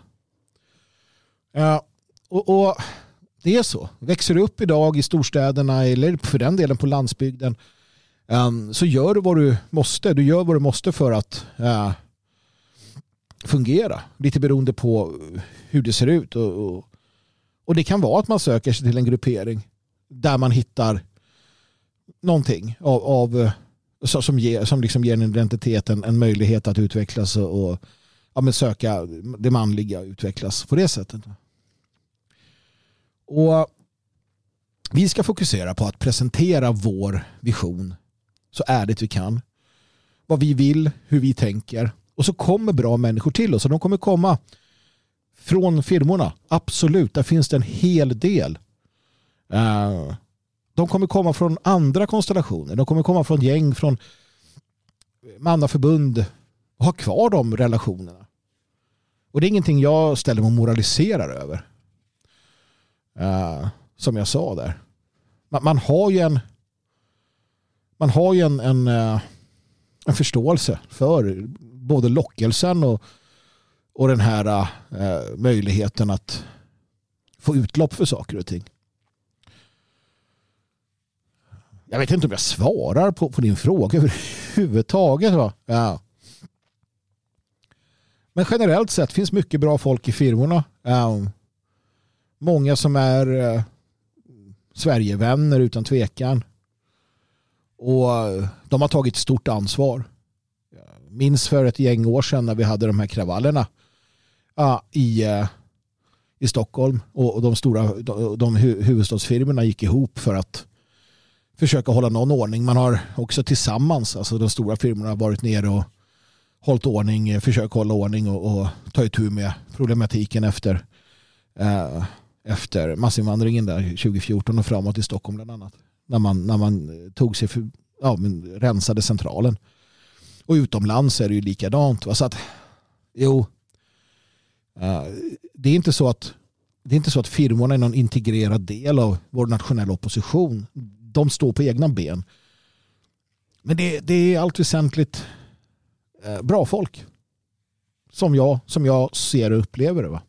[SPEAKER 1] Och det är så. Växer du upp idag i storstäderna eller för den delen på landsbygden, så gör du vad du måste. Du gör vad du måste för att fungera. Lite beroende på hur det ser ut. Och det kan vara att man söker sig till en gruppering där man hittar någonting som liksom ger en identitet, en möjlighet att utvecklas och söka det manliga och utvecklas på det sättet. Och vi ska fokusera på att presentera vår vision så ärligt vi kan. Vad vi vill, hur vi tänker. Och så kommer bra människor till oss. Och de kommer komma från firmorna. Absolut, där finns det en hel del. De kommer komma från andra konstellationer. De kommer komma från gäng, från mannaförbund, ha kvar de relationerna. Och det är ingenting jag ställer mig och moraliserar över. Som jag sa där. Man har ju en förståelse för både lockelsen och den här möjligheten att få utlopp för saker och ting. Jag vet inte om jag svarar på din fråga överhuvudtaget. Va? Ja. Men generellt sett finns mycket bra folk i firmorna. Många som är Sverigevänner utan tvekan. Och de har tagit stort ansvar. Jag minns för ett gäng år sedan när vi hade de här kravallerna i Stockholm. Och de huvudstadsfirmorna gick ihop för att försöka hålla någon ordning. Man har också tillsammans, alltså de stora firmorna, varit nere och hållit ordning, försökt hålla ordning och ta itu med problematiken efter massinvandringen där 2014 och framåt i Stockholm bland annat. När man tog sig rensade centralen. Och utomlands är det ju likadant. Va? Så att, det är inte så att firmorna är någon integrerad del av vår nationella opposition. De står på egna ben. Men det är allt väsentligt bra folk. Som jag ser och upplever det. Va?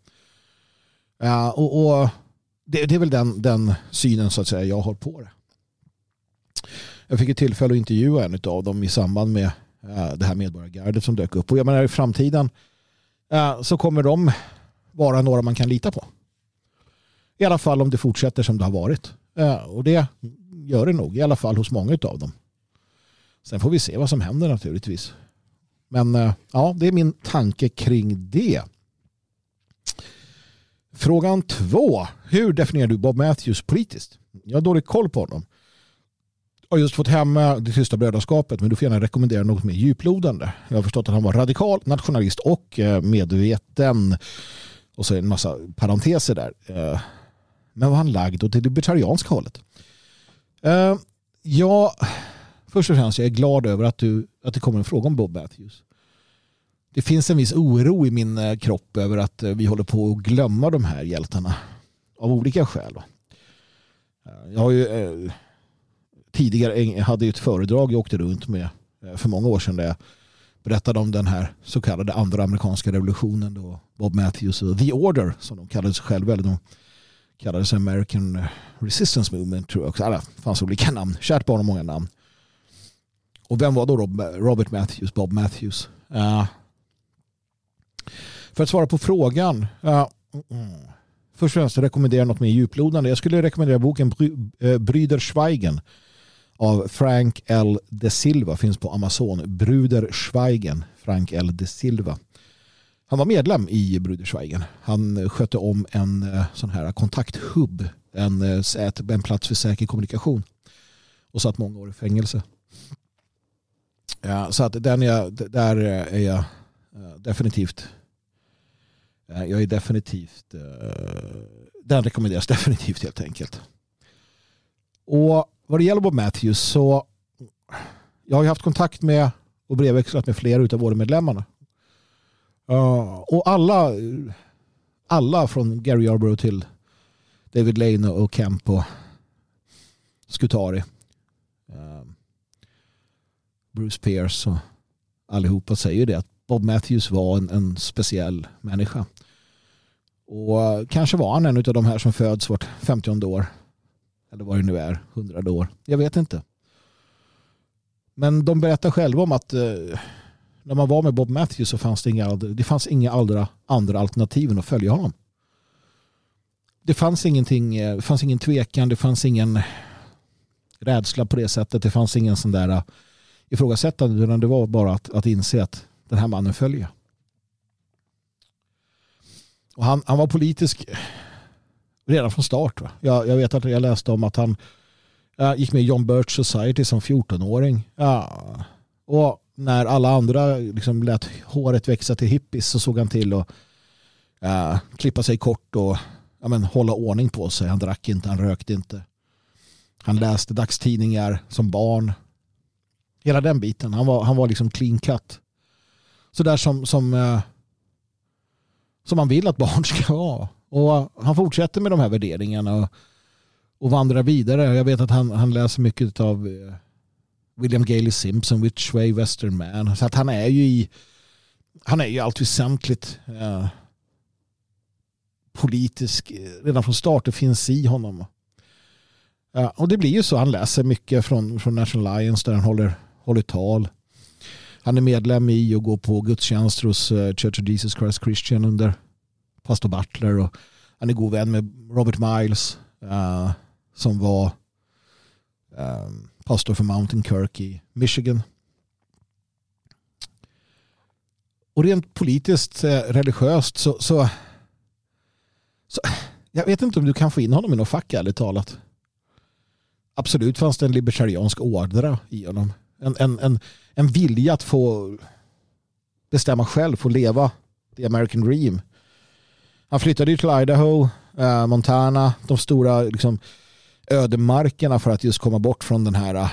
[SPEAKER 1] Och det är väl den synen så att säga jag har på det. Jag fick ett tillfälle att intervjua en av dem i samband med det här medborgargardet som dök upp. Och jag menar i framtiden så kommer de vara några man kan lita på. I alla fall om det fortsätter som det har varit. Och det gör det nog, i alla fall hos många av dem. Sen får vi se vad som händer naturligtvis. Men det är min tanke kring det. Frågan 2. Hur definierar du Bob Matthews politiskt? Jag har dålig koll på honom. Jag har just fått hem Det tysta brödraskapet, men du får gärna rekommendera något mer djuplodande. Jag har förstått att han var radikal, nationalist och medveten. Och så en massa parenteser där. Men var han lagd åt det libertarianska hållet? Först och främst jag är glad över att det kommer en fråga om Bob Matthews. Det finns en viss oro i min kropp över att vi håller på att glömma de här hjältarna av olika skäl. Jag har ju tidigare hade ett föredrag jag åkte runt med för många år sedan där jag berättade om den här så kallade andra amerikanska revolutionen då Bob Matthews och The Order som de kallade sig själva, eller de kallade sig American Resistance Movement tror jag också. Alla fanns olika namn, kärt barn och många namn. Och vem var då Robert Matthews, Bob Matthews? För att svara på frågan först och främst rekommenderar något mer djuplodande. Jag skulle rekommendera boken Brüder Schweigen av Frank L. de Silva, finns på Amazon. Brüder Schweigen, Frank L. de Silva. Han var medlem i Brüder Schweigen. Han skötte om en sån här kontakthubb, en plats för säker kommunikation och satt många år i fängelse. Ja, så att där är jag definitivt den rekommenderas definitivt helt enkelt. Och vad det gäller Bob Matthews så jag har ju haft kontakt med och brevväxlat med flera utav våra medlemmarna. Och alla från Gary Yarborough till David Lane och Kemp och Scutari, Bruce Pierce och allihopa säger det att Bob Matthews var en speciell människa. Och kanske var han en av de här som föds vart 50:e år. Eller vad det nu är, 100 år. Jag vet inte. Men de berättar själva om att när man var med Bob Matthews så fanns det fanns inga andra alternativ än att följa honom. Det fanns ingen tvekan, det fanns ingen rädsla på det sättet. Det fanns ingen sån där ifrågasättande, utan det var bara att inse att den här mannen följer. Och han var politisk redan från start. Va? Jag vet att jag läste om att han gick med i John Birch Society som 14-åring. Ja. Och när alla andra liksom lät håret växa till hippies så såg han till att klippa sig kort och hålla ordning på sig. Han drack inte, han rökte inte. Han läste dagstidningar som barn. Hela den biten. Han var liksom clean cut. så där som man vill att barn ska vara. Och han fortsätter med de här värderingarna och vandrar vidare. Jag vet att han läser mycket av William Gailey Simpson, Which Way Western Man. Så att han är ju allt väsentligt politisk redan från start. Det finns i honom. Och det blir ju så. Han läser mycket från National Alliance där han håller tal. Han är medlem i och går på gudstjänster hos Church of Jesus Christ Christian under pastor Butler, och han är god vän med Robert Miles som var pastor för Mountain Kirk i Michigan. Och rent politiskt, religiöst så jag vet inte om du kan få in honom i något fack, ärligt talat. Absolut fanns det en libertariansk ådra i honom. En vilja att få bestämma själv, få leva the American dream. Han flyttade ju till Idaho, Montana, de stora liksom, ödemarkerna för att just komma bort från den här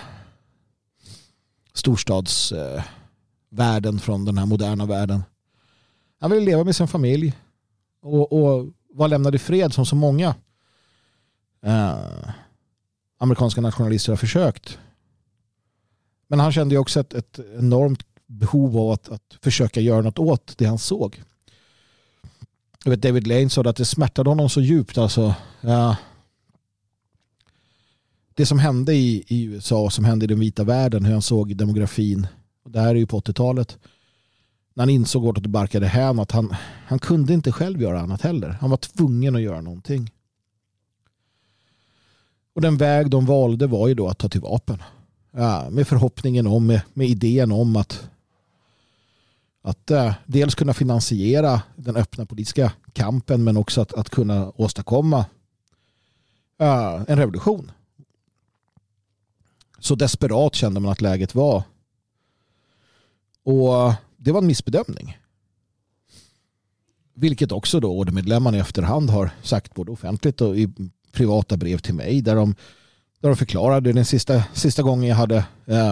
[SPEAKER 1] storstadsvärlden, från den här moderna världen. Han ville leva med sin familj och var lämnad i fred som så många amerikanska nationalister har försökt. Men han kände ju också ett enormt behov av att försöka göra något åt det han såg. Jag vet, David Lane sa att det smärtade honom så djupt. Alltså, det som hände i USA, som hände i den vita världen, hur han såg demografin. Och det här är ju på 80-talet. När han insåg åt att det barkade hem att han kunde inte själv göra annat heller. Han var tvungen att göra någonting. Och den väg de valde var ju då att ta till vapen. Med förhoppningen om, med idén om att dels kunna finansiera den öppna politiska kampen, men också att kunna åstadkomma en revolution. Så desperat kände man att läget var. Och det var en missbedömning. Vilket också då ordermedlemmarna i efterhand har sagt både offentligt och i privata brev till mig, där de förklarade den sista gången jag hade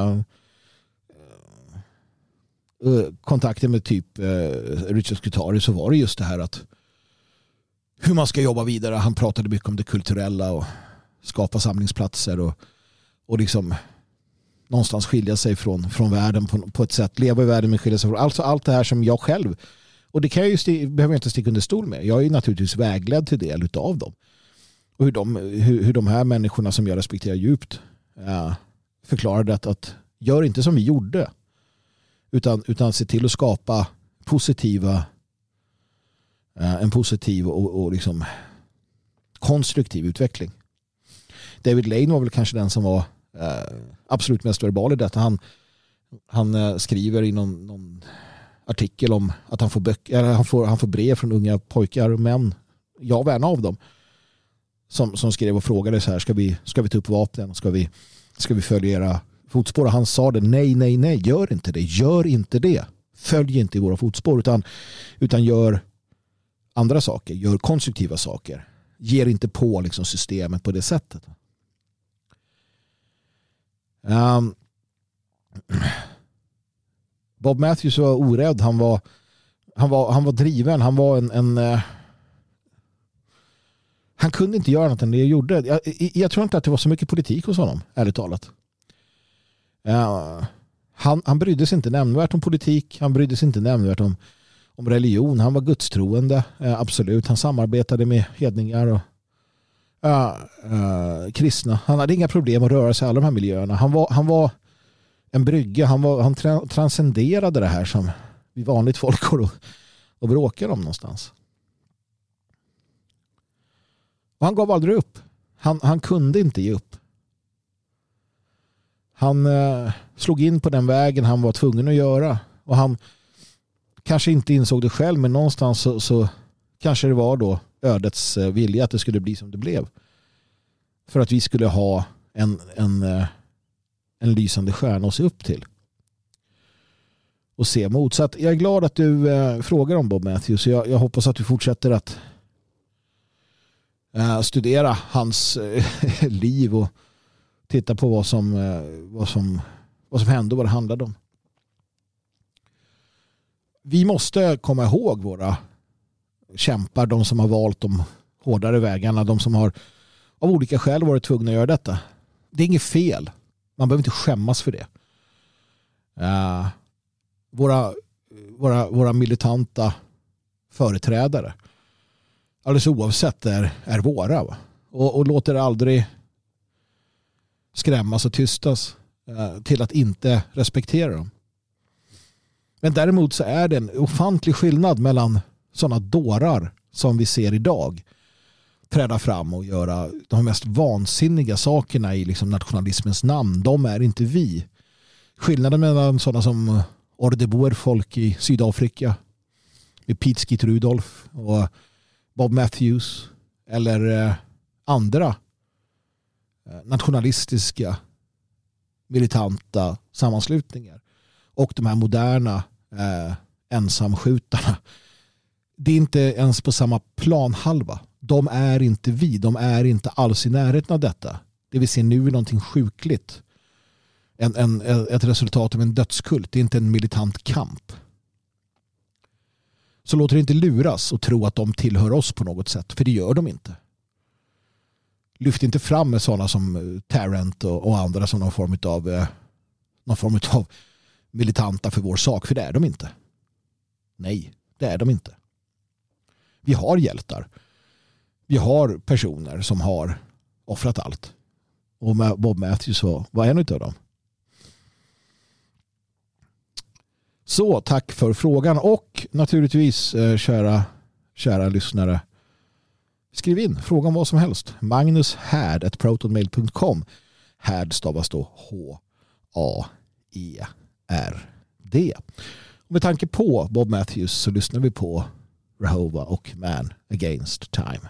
[SPEAKER 1] kontakter med typ Richard Scutari, så var det just det här att hur man ska jobba vidare. Han pratade mycket om det kulturella och skapa samlingsplatser och liksom någonstans skilja sig från världen på ett sätt, leva i världen men skilja sig från allt det här som jag själv, och det kan jag behöver jag inte sticka under stol med. Jag är naturligtvis vägledd till del utav dem. Och hur de här människorna som jag respekterar djupt förklarade att gör inte som vi gjorde, utan se till att skapa en positiv och liksom konstruktiv utveckling. David Lane var väl kanske den som var absolut mest verbal i detta. Han skriver i någon artikel om att han får böcker, eller han får brev från unga pojkar och män. Jag var en av dem som skrev och frågade så här: ska vi ta upp vapnen? Ska vi följa era fotspår? Och han sa det: nej, gör inte det. Följ inte i våra fotspår, utan gör andra saker, gör konstruktiva saker. Ger inte på liksom systemet på det sättet. Bob Matthews var orädd. Han var driven. Han var han kunde inte göra något än det jag gjorde. Jag tror inte att det var så mycket politik hos honom, ärligt talat. Han brydde sig inte nämnvärt om politik. Han brydde sig inte nämnvärt om religion. Han var gudstroende, absolut. Han samarbetade med hedningar och kristna. Han hade inga problem att röra sig i alla de här miljöerna. Han var en brygga. Han transcenderade det här som vi vanligt folk går och bråkar om någonstans. Och han gav aldrig upp. Han kunde inte ge upp. Han slog in på den vägen han var tvungen att göra. Och han kanske inte insåg det själv, men någonstans så kanske det var då ödets vilja att det skulle bli som det blev. För att vi skulle ha en lysande stjärna att se upp till. Och se mot. Så att jag är glad att du frågar om Bob Matthews. Jag hoppas att du fortsätter att studera hans liv och titta på vad som hände och vad det handlade om. vi måste komma ihåg våra kämpar, de som har valt de hårdare vägarna, de som har av olika skäl varit tvungna att göra detta. Det är inget fel. Man behöver inte skämmas för det. Våra militanta företrädare, alldeles oavsett, är våra. Va? Och låter aldrig skrämmas och tystas till att inte respektera dem. Men däremot så är det en ofantlig skillnad mellan sådana dårar som vi ser idag träda fram och göra de mest vansinniga sakerna i liksom nationalismens namn. De är inte vi. Skillnaden mellan sådana som Ordeboer-folk i Sydafrika med Pete Skeet Rudolph och Bob Matthews eller andra nationalistiska militanta sammanslutningar och de här moderna ensamskjutarna. Det är inte ens på samma planhalva. De är inte vi. De är inte alls i närheten av detta. Det vi ser nu är någonting sjukligt. Ett resultat av en dödskult. Det är inte en militant kamp. Så låt det inte luras och tro att de tillhör oss på något sätt. För det gör de inte. Lyft inte fram med sådana som Tarrant och andra som någon form av militanta för vår sak. För det är de inte. Nej, det är de inte. Vi har hjältar. Vi har personer som har offrat allt. Och Bob Matthews var en av dem. Så tack för frågan. Och naturligtvis kära lyssnare, skriv in frågan vad som helst. magnushärd@protonmail.com. Härd stavas då H-A-E-R-D. Och med tanke på Bob Matthews så lyssnar vi på Rahova och Man Against Time.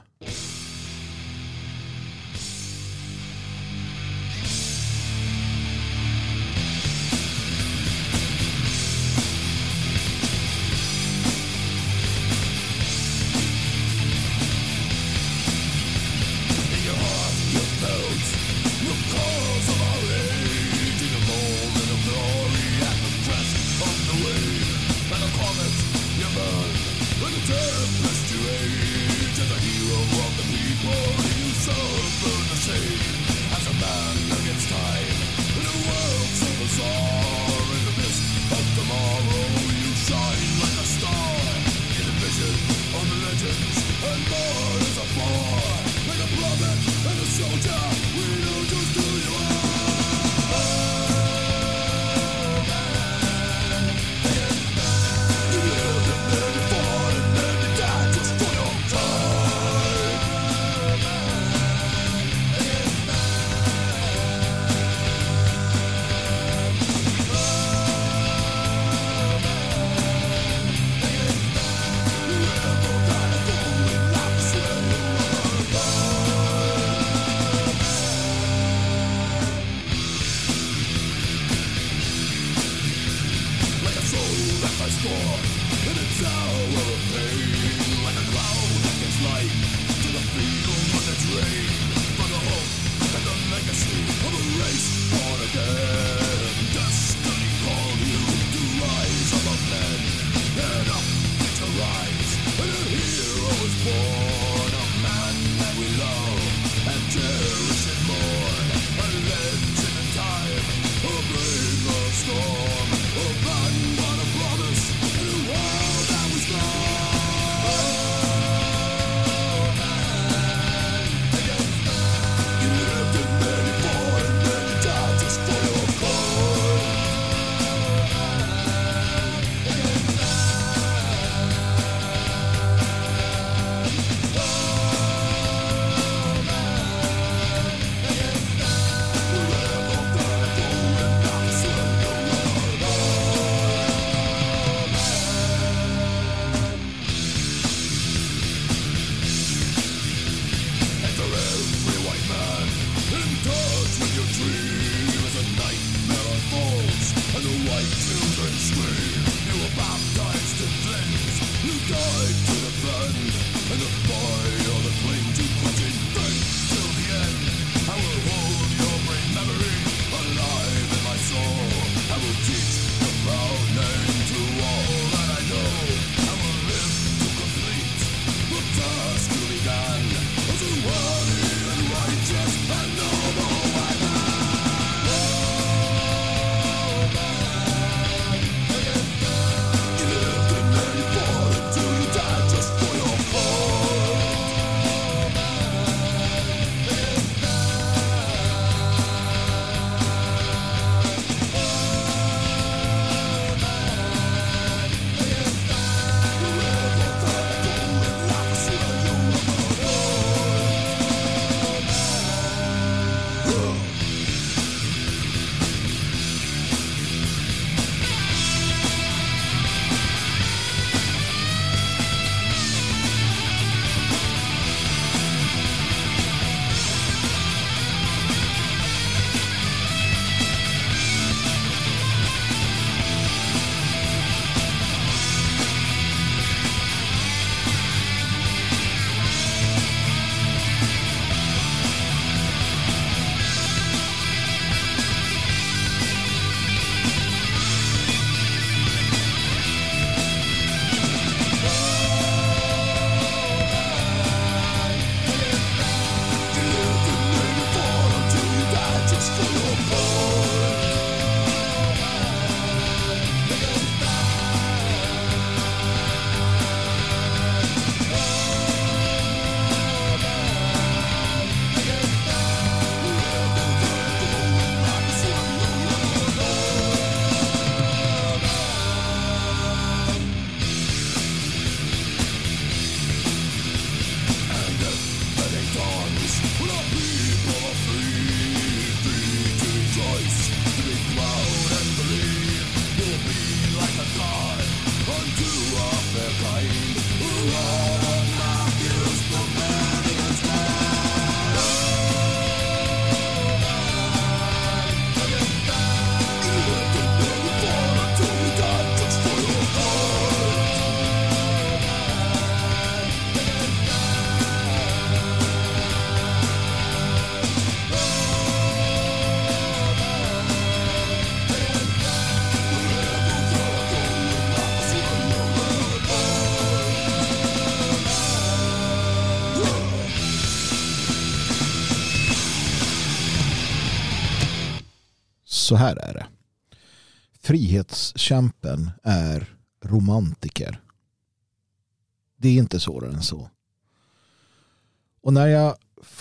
[SPEAKER 1] Så här är det. Frihetskämpen är romantiker. Det är inte svårare än så. Och när jag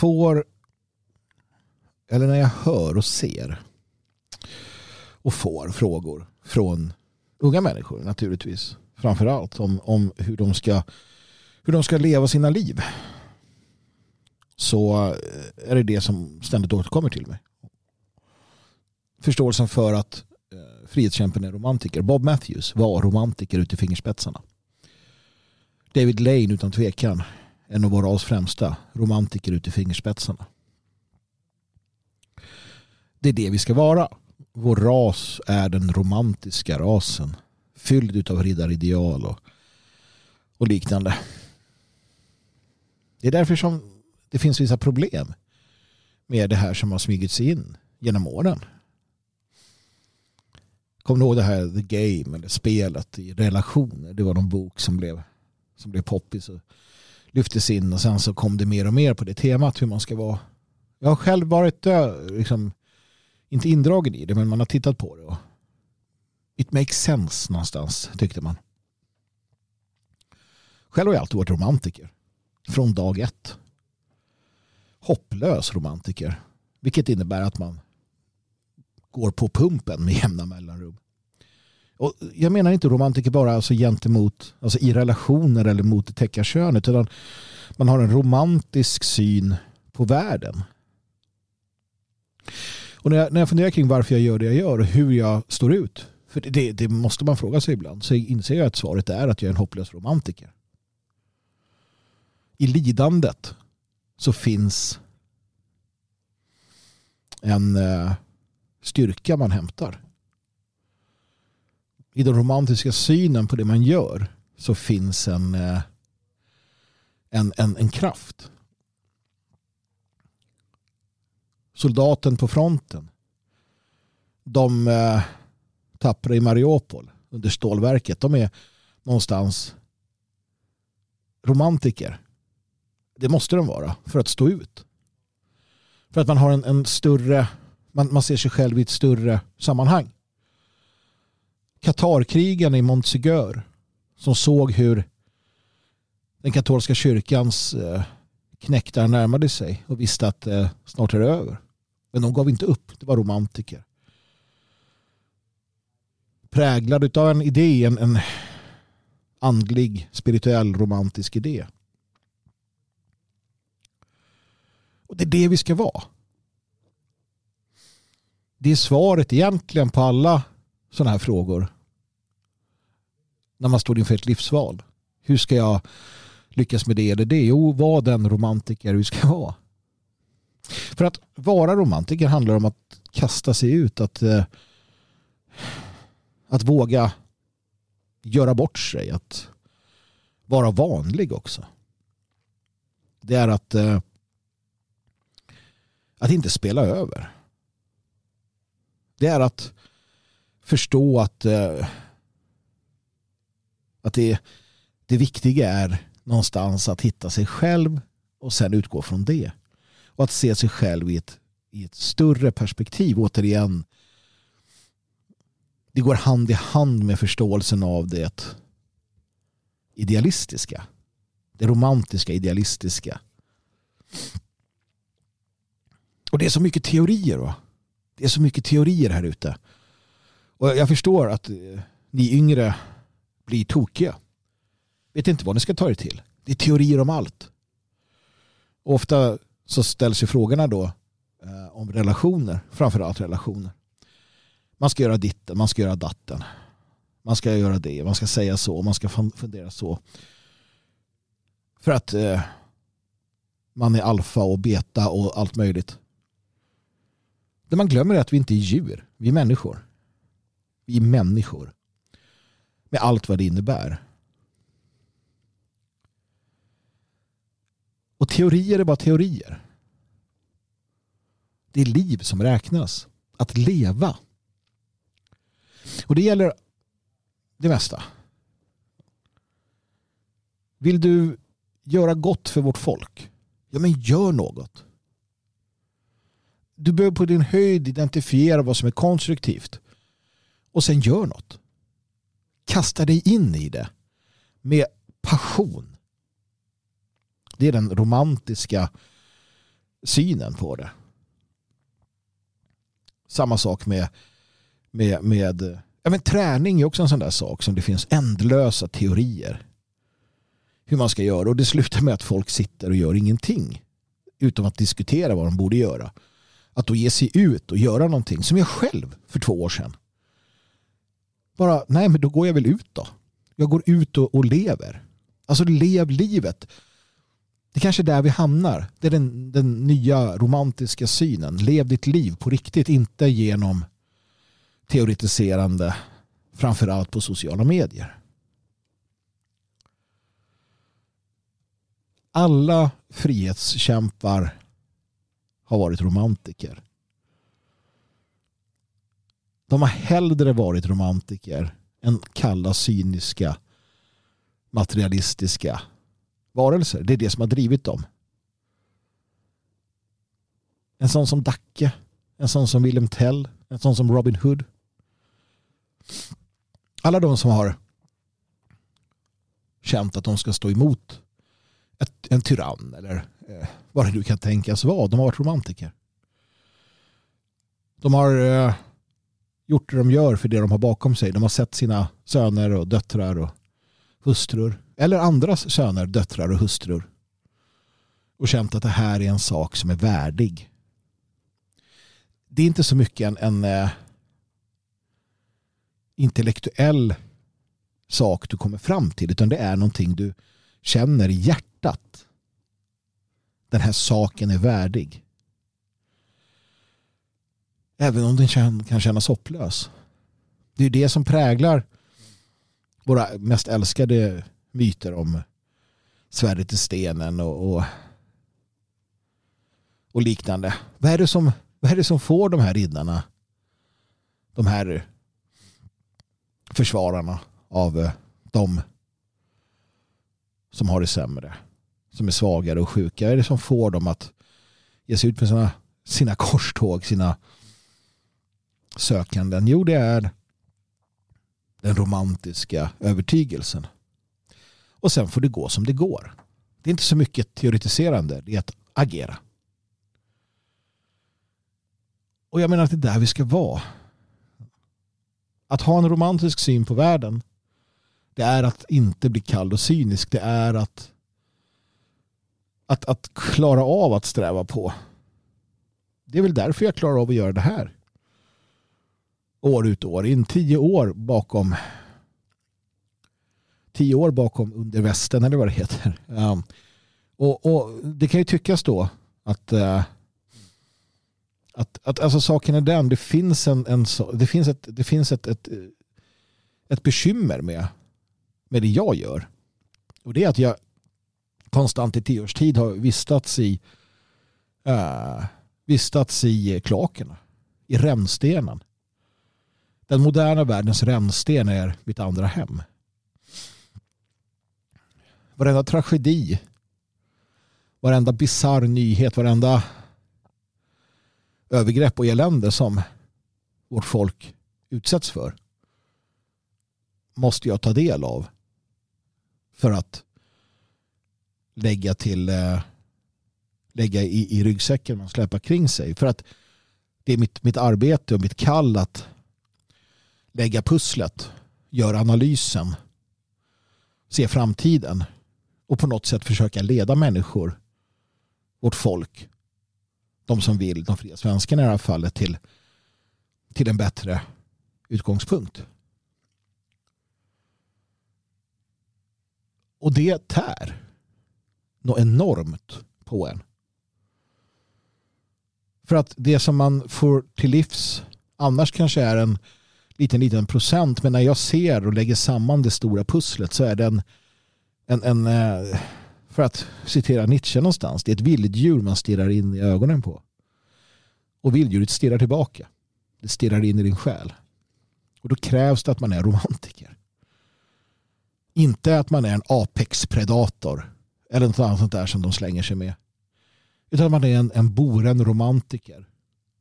[SPEAKER 1] hör och ser och får frågor från unga människor naturligtvis, framförallt om hur de ska leva sina liv, så är det som ständigt återkommer till mig. Förståelsen för att frihetskämpen är romantiker. Bob Matthews var romantiker ut i fingerspetsarna. David Lane utan tvekan, en av vår ras främsta romantiker ut i fingerspetsarna. Det är det vi ska vara. Vår ras är den romantiska rasen, fylld av riddarideal och liknande. Det är därför som det finns vissa problem med det här som har smugit sig in genom åren. Kommer du ihåg det här The Game, eller spelet i relationer? Det var någon bok som blev poppis och lyftes in, och sen så kom det mer och mer på det temat hur man ska vara. Jag har själv varit inte indragen i det, men man har tittat på det och it makes sense någonstans, tyckte man. Själv har jag alltid varit romantiker från dag ett. Hopplös romantiker, vilket innebär att man går på pumpen med jämna mellanrum. Och jag menar inte romantiker bara alltså gentemot, alltså i relationer eller mot det täckarkönet, utan man har en romantisk syn på världen. Och när jag funderar kring varför jag gör det jag gör och hur jag står ut, för det måste man fråga sig ibland, så inser jag att svaret är att jag är en hopplös romantiker. I lidandet så finns en styrka man hämtar. I den romantiska synen på det man gör så finns en kraft. Soldaten på fronten, de tappra i Mariupol under stålverket, de är någonstans romantiker. Det måste de vara för att stå ut. För att man har en större, man ser sig själv i ett större sammanhang. Katarkrigen i Montségur, som såg hur den katolska kyrkans knäktar närmade sig och visste att snart är det över. Men de gav inte upp, det var romantiker. Präglad av en idé, en andlig, spirituell, romantisk idé. Och det är det vi ska vara. Det är svaret egentligen på alla sådana här frågor. När man står inför ett livsval. Hur ska jag lyckas med det eller det? Jo, var den romantiker vi ska vara. För att vara romantiker handlar om att kasta sig ut. Att våga göra bort sig. Att vara vanlig också. Det är att inte spela över. Det är att förstå att det viktiga är någonstans att hitta sig själv och sen utgå från det. Och att se sig själv i ett större perspektiv. Återigen, det går hand i hand med förståelsen av det idealistiska. Det romantiska, idealistiska. Och det är så mycket teorier, va? Det är så mycket teorier här ute. Och jag förstår att ni yngre blir tokiga. Vet inte vad ni ska ta er till. Det är teorier om allt. Och ofta så ställs ju frågorna då om relationer. Framförallt relationer. Man ska göra ditten, man ska göra datten. Man ska göra det, man ska säga så, man ska fundera så. För att man är alfa och beta och allt möjligt. Det man glömmer är att vi inte är djur. Vi är människor. Vi är människor. Med allt vad det innebär. Och teorier är bara teorier. Det är liv som räknas. Att leva. Och det gäller det mesta. Vill du göra gott för vårt folk? Ja, men gör något. Du behöver på din höjd identifiera vad som är konstruktivt. Och sen gör något. Kasta dig in i det. Med passion. Det är den romantiska synen på det. Samma sak med träning är också en sån där sak som det finns ändlösa teorier. Hur man ska göra. Och det slutar med att folk sitter och gör ingenting. Utan att diskutera vad de borde göra. Att då ge sig ut och göra någonting som jag själv för 2 år sedan. Bara, nej men då går jag väl ut då. Jag går ut och lever. Alltså lev livet. Det kanske är där vi hamnar. Det är den nya romantiska synen. Lev ditt liv på riktigt. Inte genom teoretiserande. Framförallt på sociala medier. Alla frihetskämpar har varit romantiker. De har hellre varit romantiker än kalla, cyniska, materialistiska varelser. Det är det som har drivit dem. En sån som Dacke, en sån som Wilhelm Tell, en sån som Robin Hood. Alla de som har känt att de ska stå emot en tyrann eller vad det nu kan tänkas vara. De har varit romantiker. De har gjort det de gör för det de har bakom sig. De har sett sina söner och döttrar och hustrur. Eller andras söner, döttrar och hustrur. Och känt att det här är en sak som är värdig. Det är inte så mycket en intellektuell sak du kommer fram till. Utan det är någonting du känner i hjärtat. Den här saken är värdig. Även om den kan kännas hopplös. Det är det som präglar våra mest älskade myter om svärdet i stenen och liknande. Vad är det som får de här riddarna, de här försvararna av de som har det sämre, som är svagare och sjuka? Vad är det som får dem att ge sig ut på sina korståg, sina sökanden? Jo, det är den romantiska övertygelsen. Och sen får det gå som det går. Det är inte så mycket teoretiserande, det är att agera. Och jag menar att det är där vi ska vara. Att ha en romantisk syn på världen, det är att inte bli kall och cynisk. Det är att klara av att sträva på. Det är väl därför jag klarar av att göra det här. År ut och år in. 10 år bakom under västen eller vad det heter. Och det kan ju tyckas då att alltså saken är den, det finns ett bekymmer med det jag gör. Och det är att jag konstant i 10 års tid har vistats i kloakerna, i rännstenen. Den moderna världens rännsten är mitt andra hem. Varenda tragedi, varenda bizarr nyhet, varenda övergrepp och elände som vårt folk utsätts för måste jag ta del av för att lägga i ryggsäcken och släppa kring sig. För att det är mitt arbete och mitt kall att lägga pusslet, göra analysen, se framtiden och på något sätt försöka leda människor, vårt folk, de som vill, de fria svenskarna i det här fallet, till en bättre utgångspunkt. Och det tär något enormt på en. För att det som man får till livs annars kanske är en liten procent, men när jag ser och lägger samman det stora pusslet så är det en för att citera Nietzsche någonstans, det är ett vilddjur man stirrar in i ögonen på. Och vilddjuret stirrar tillbaka. Det stirrar in i din själ. Och då krävs det att man är romantiker. Inte att man är en apex-predator eller något annat sånt där som de slänger sig med. Utan att man är en boren romantiker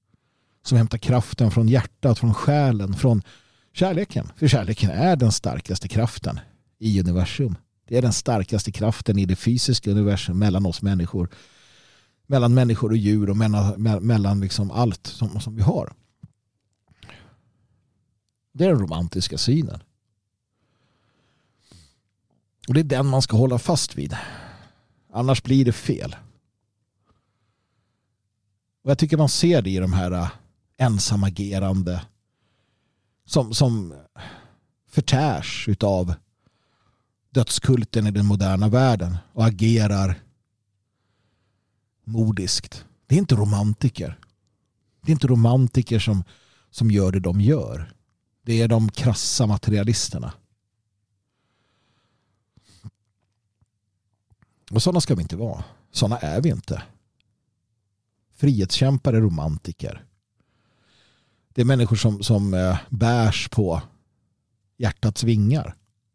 [SPEAKER 1] som hämtar kraften från hjärtat, från själen, från kärleken. För kärleken är den starkaste kraften i universum. Det är den starkaste kraften i det fysiska universum mellan oss människor. Mellan människor och djur och mellan liksom allt som vi har. Det är den romantiska synen. Och det är den man ska hålla fast vid. Annars blir det fel. Och jag tycker man ser det i de här ensamagerande som förtärs utav dödskulten i den moderna världen och agerar modiskt. Det är inte romantiker. Det är inte romantiker som gör det de gör. Det är de krassa materialisterna. Och sådana ska vi inte vara. Sådana är vi inte. Frihetskämpare är romantiker. Det är människor som bärs på hjärtats vingar.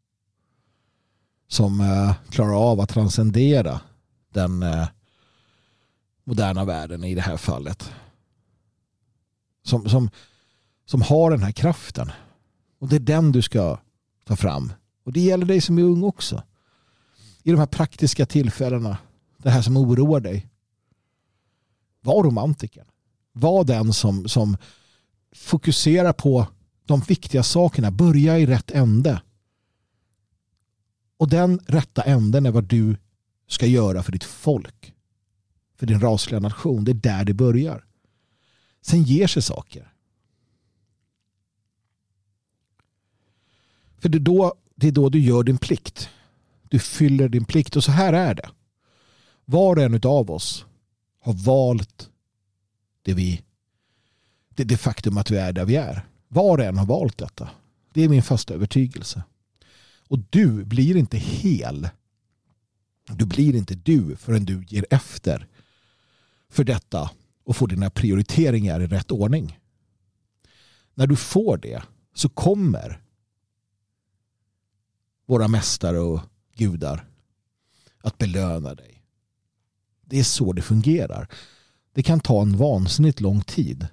[SPEAKER 1] Som klarar av att transcendera den moderna världen i det här fallet. Som har den här kraften. Och det är den du ska ta fram. Och det gäller dig som är ung också. I de här praktiska tillfällena. Det här som oroar dig. Var romantiker. Var den som fokuserar på de viktiga sakerna. Börja i rätt ände. Och den rätta änden är vad du ska göra för ditt folk. För din rasliga nation. Det är där det börjar. Sen ger sig saker. För det är då du gör din plikt. Du fyller din plikt. Och så här är det. Var och en av oss har valt det faktum att vi är där vi är. Var och en har valt detta. Det är min fasta övertygelse. Och du blir inte hel. Du blir inte du förrän du ger efter för detta och får dina prioriteringar i rätt ordning. När du får det så kommer våra mästare och gudar att belöna dig. Det är så det fungerar. Det kan ta en vansinnigt lång tid.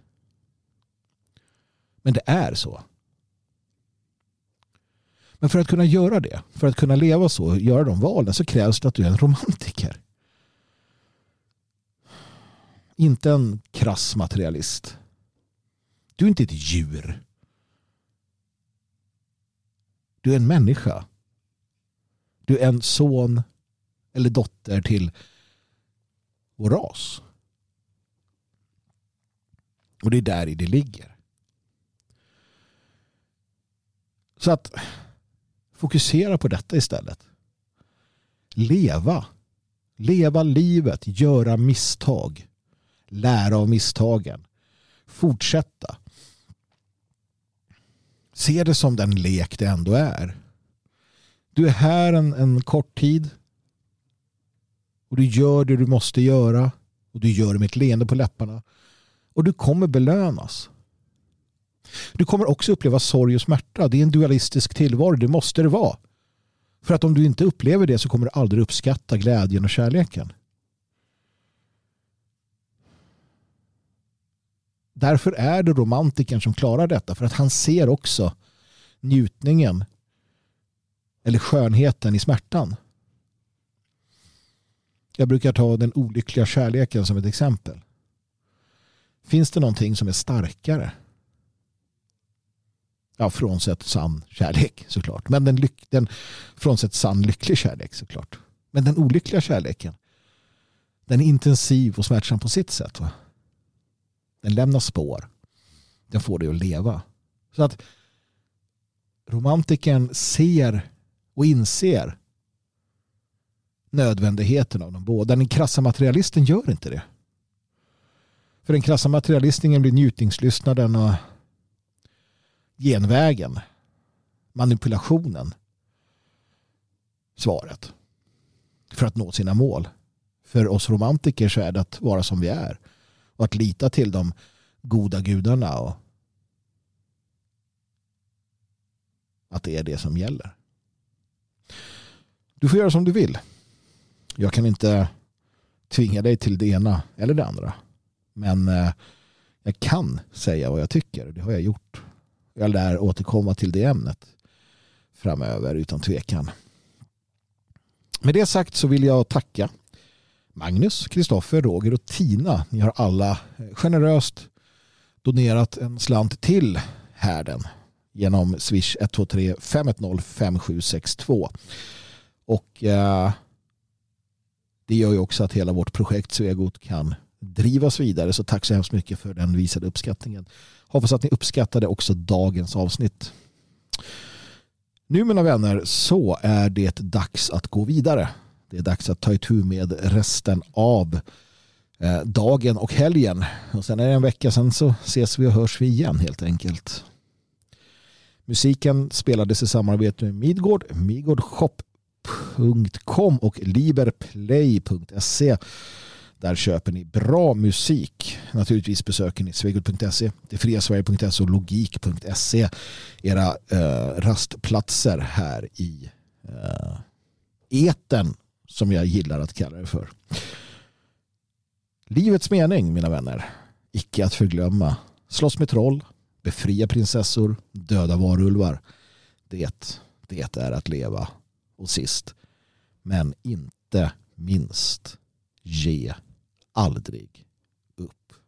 [SPEAKER 1] Men det är så. Men för att kunna göra det, för att kunna leva så och göra de valen så krävs det att du är en romantiker. Inte en krass materialist. Du är inte ett djur. Du är en människa. Du är en son eller dotter till vår ras. Och det är där i det ligger. Så att fokusera på detta istället. Leva livet, göra misstag, lära av misstagen, fortsätta. Se det som den lek det ändå är. Du är här en kort tid och du gör det du måste göra och du gör det med ett leende på läpparna och du kommer belönas. Du kommer också uppleva sorg och smärta. Det är en dualistisk tillvaro. Det måste det vara. För att om du inte upplever det så kommer du aldrig uppskatta glädjen och kärleken. Därför är det romantikern som klarar detta. För att han ser också njutningen eller skönheten i smärtan. Jag brukar ta den olyckliga kärleken som ett exempel. Finns det någonting som är starkare? Ja, frånsett sann kärlek såklart. Men frånsett sann lycklig kärlek såklart. Men den olyckliga kärleken, den är intensiv och smärtsam på sitt sätt. Va? Den lämnar spår. Den får dig att leva. Så att romantikern ser och inser nödvändigheten av de båda. Den krassa materialisten gör inte det. För den krassa materialisten blir njutningslystnaden och genvägen, manipulationen, svaret för att nå sina mål. För oss romantiker så är det att vara som vi är och att lita till de goda gudarna och att det är det som gäller. Du får göra som du vill. Jag kan inte tvinga dig till det ena eller det andra. Men jag kan säga vad jag tycker. Det har jag gjort. Jag lär återkomma till det ämnet framöver utan tvekan. Med det sagt så vill jag tacka Magnus, Kristoffer, Roger och Tina. Ni har alla generöst donerat en slant till härden genom Swish 123 510 5762. Och det gör ju också att hela vårt projekt Svegot kan drivas vidare. Så tack så hemskt mycket för den visade uppskattningen. Hoppas att ni uppskattade också dagens avsnitt. Nu mina vänner så är det dags att gå vidare. Det är dags att ta itu med resten av dagen och helgen. Och sen är det en vecka sen så ses vi och hörs vi igen helt enkelt. Musiken spelades i samarbete med Midgård, midgårdshop.com och liberplay.se. Där köper ni bra musik. Naturligtvis besöker ni svegot.se, detfriasverige.se och logik.se. Era rastplatser här i eten som jag gillar att kalla det för. Livets mening, mina vänner. Icke att förglömma. Slåss med troll, befria prinsessor, döda varulvar. Det är att leva. Och sist, men inte minst, ge aldrig upp.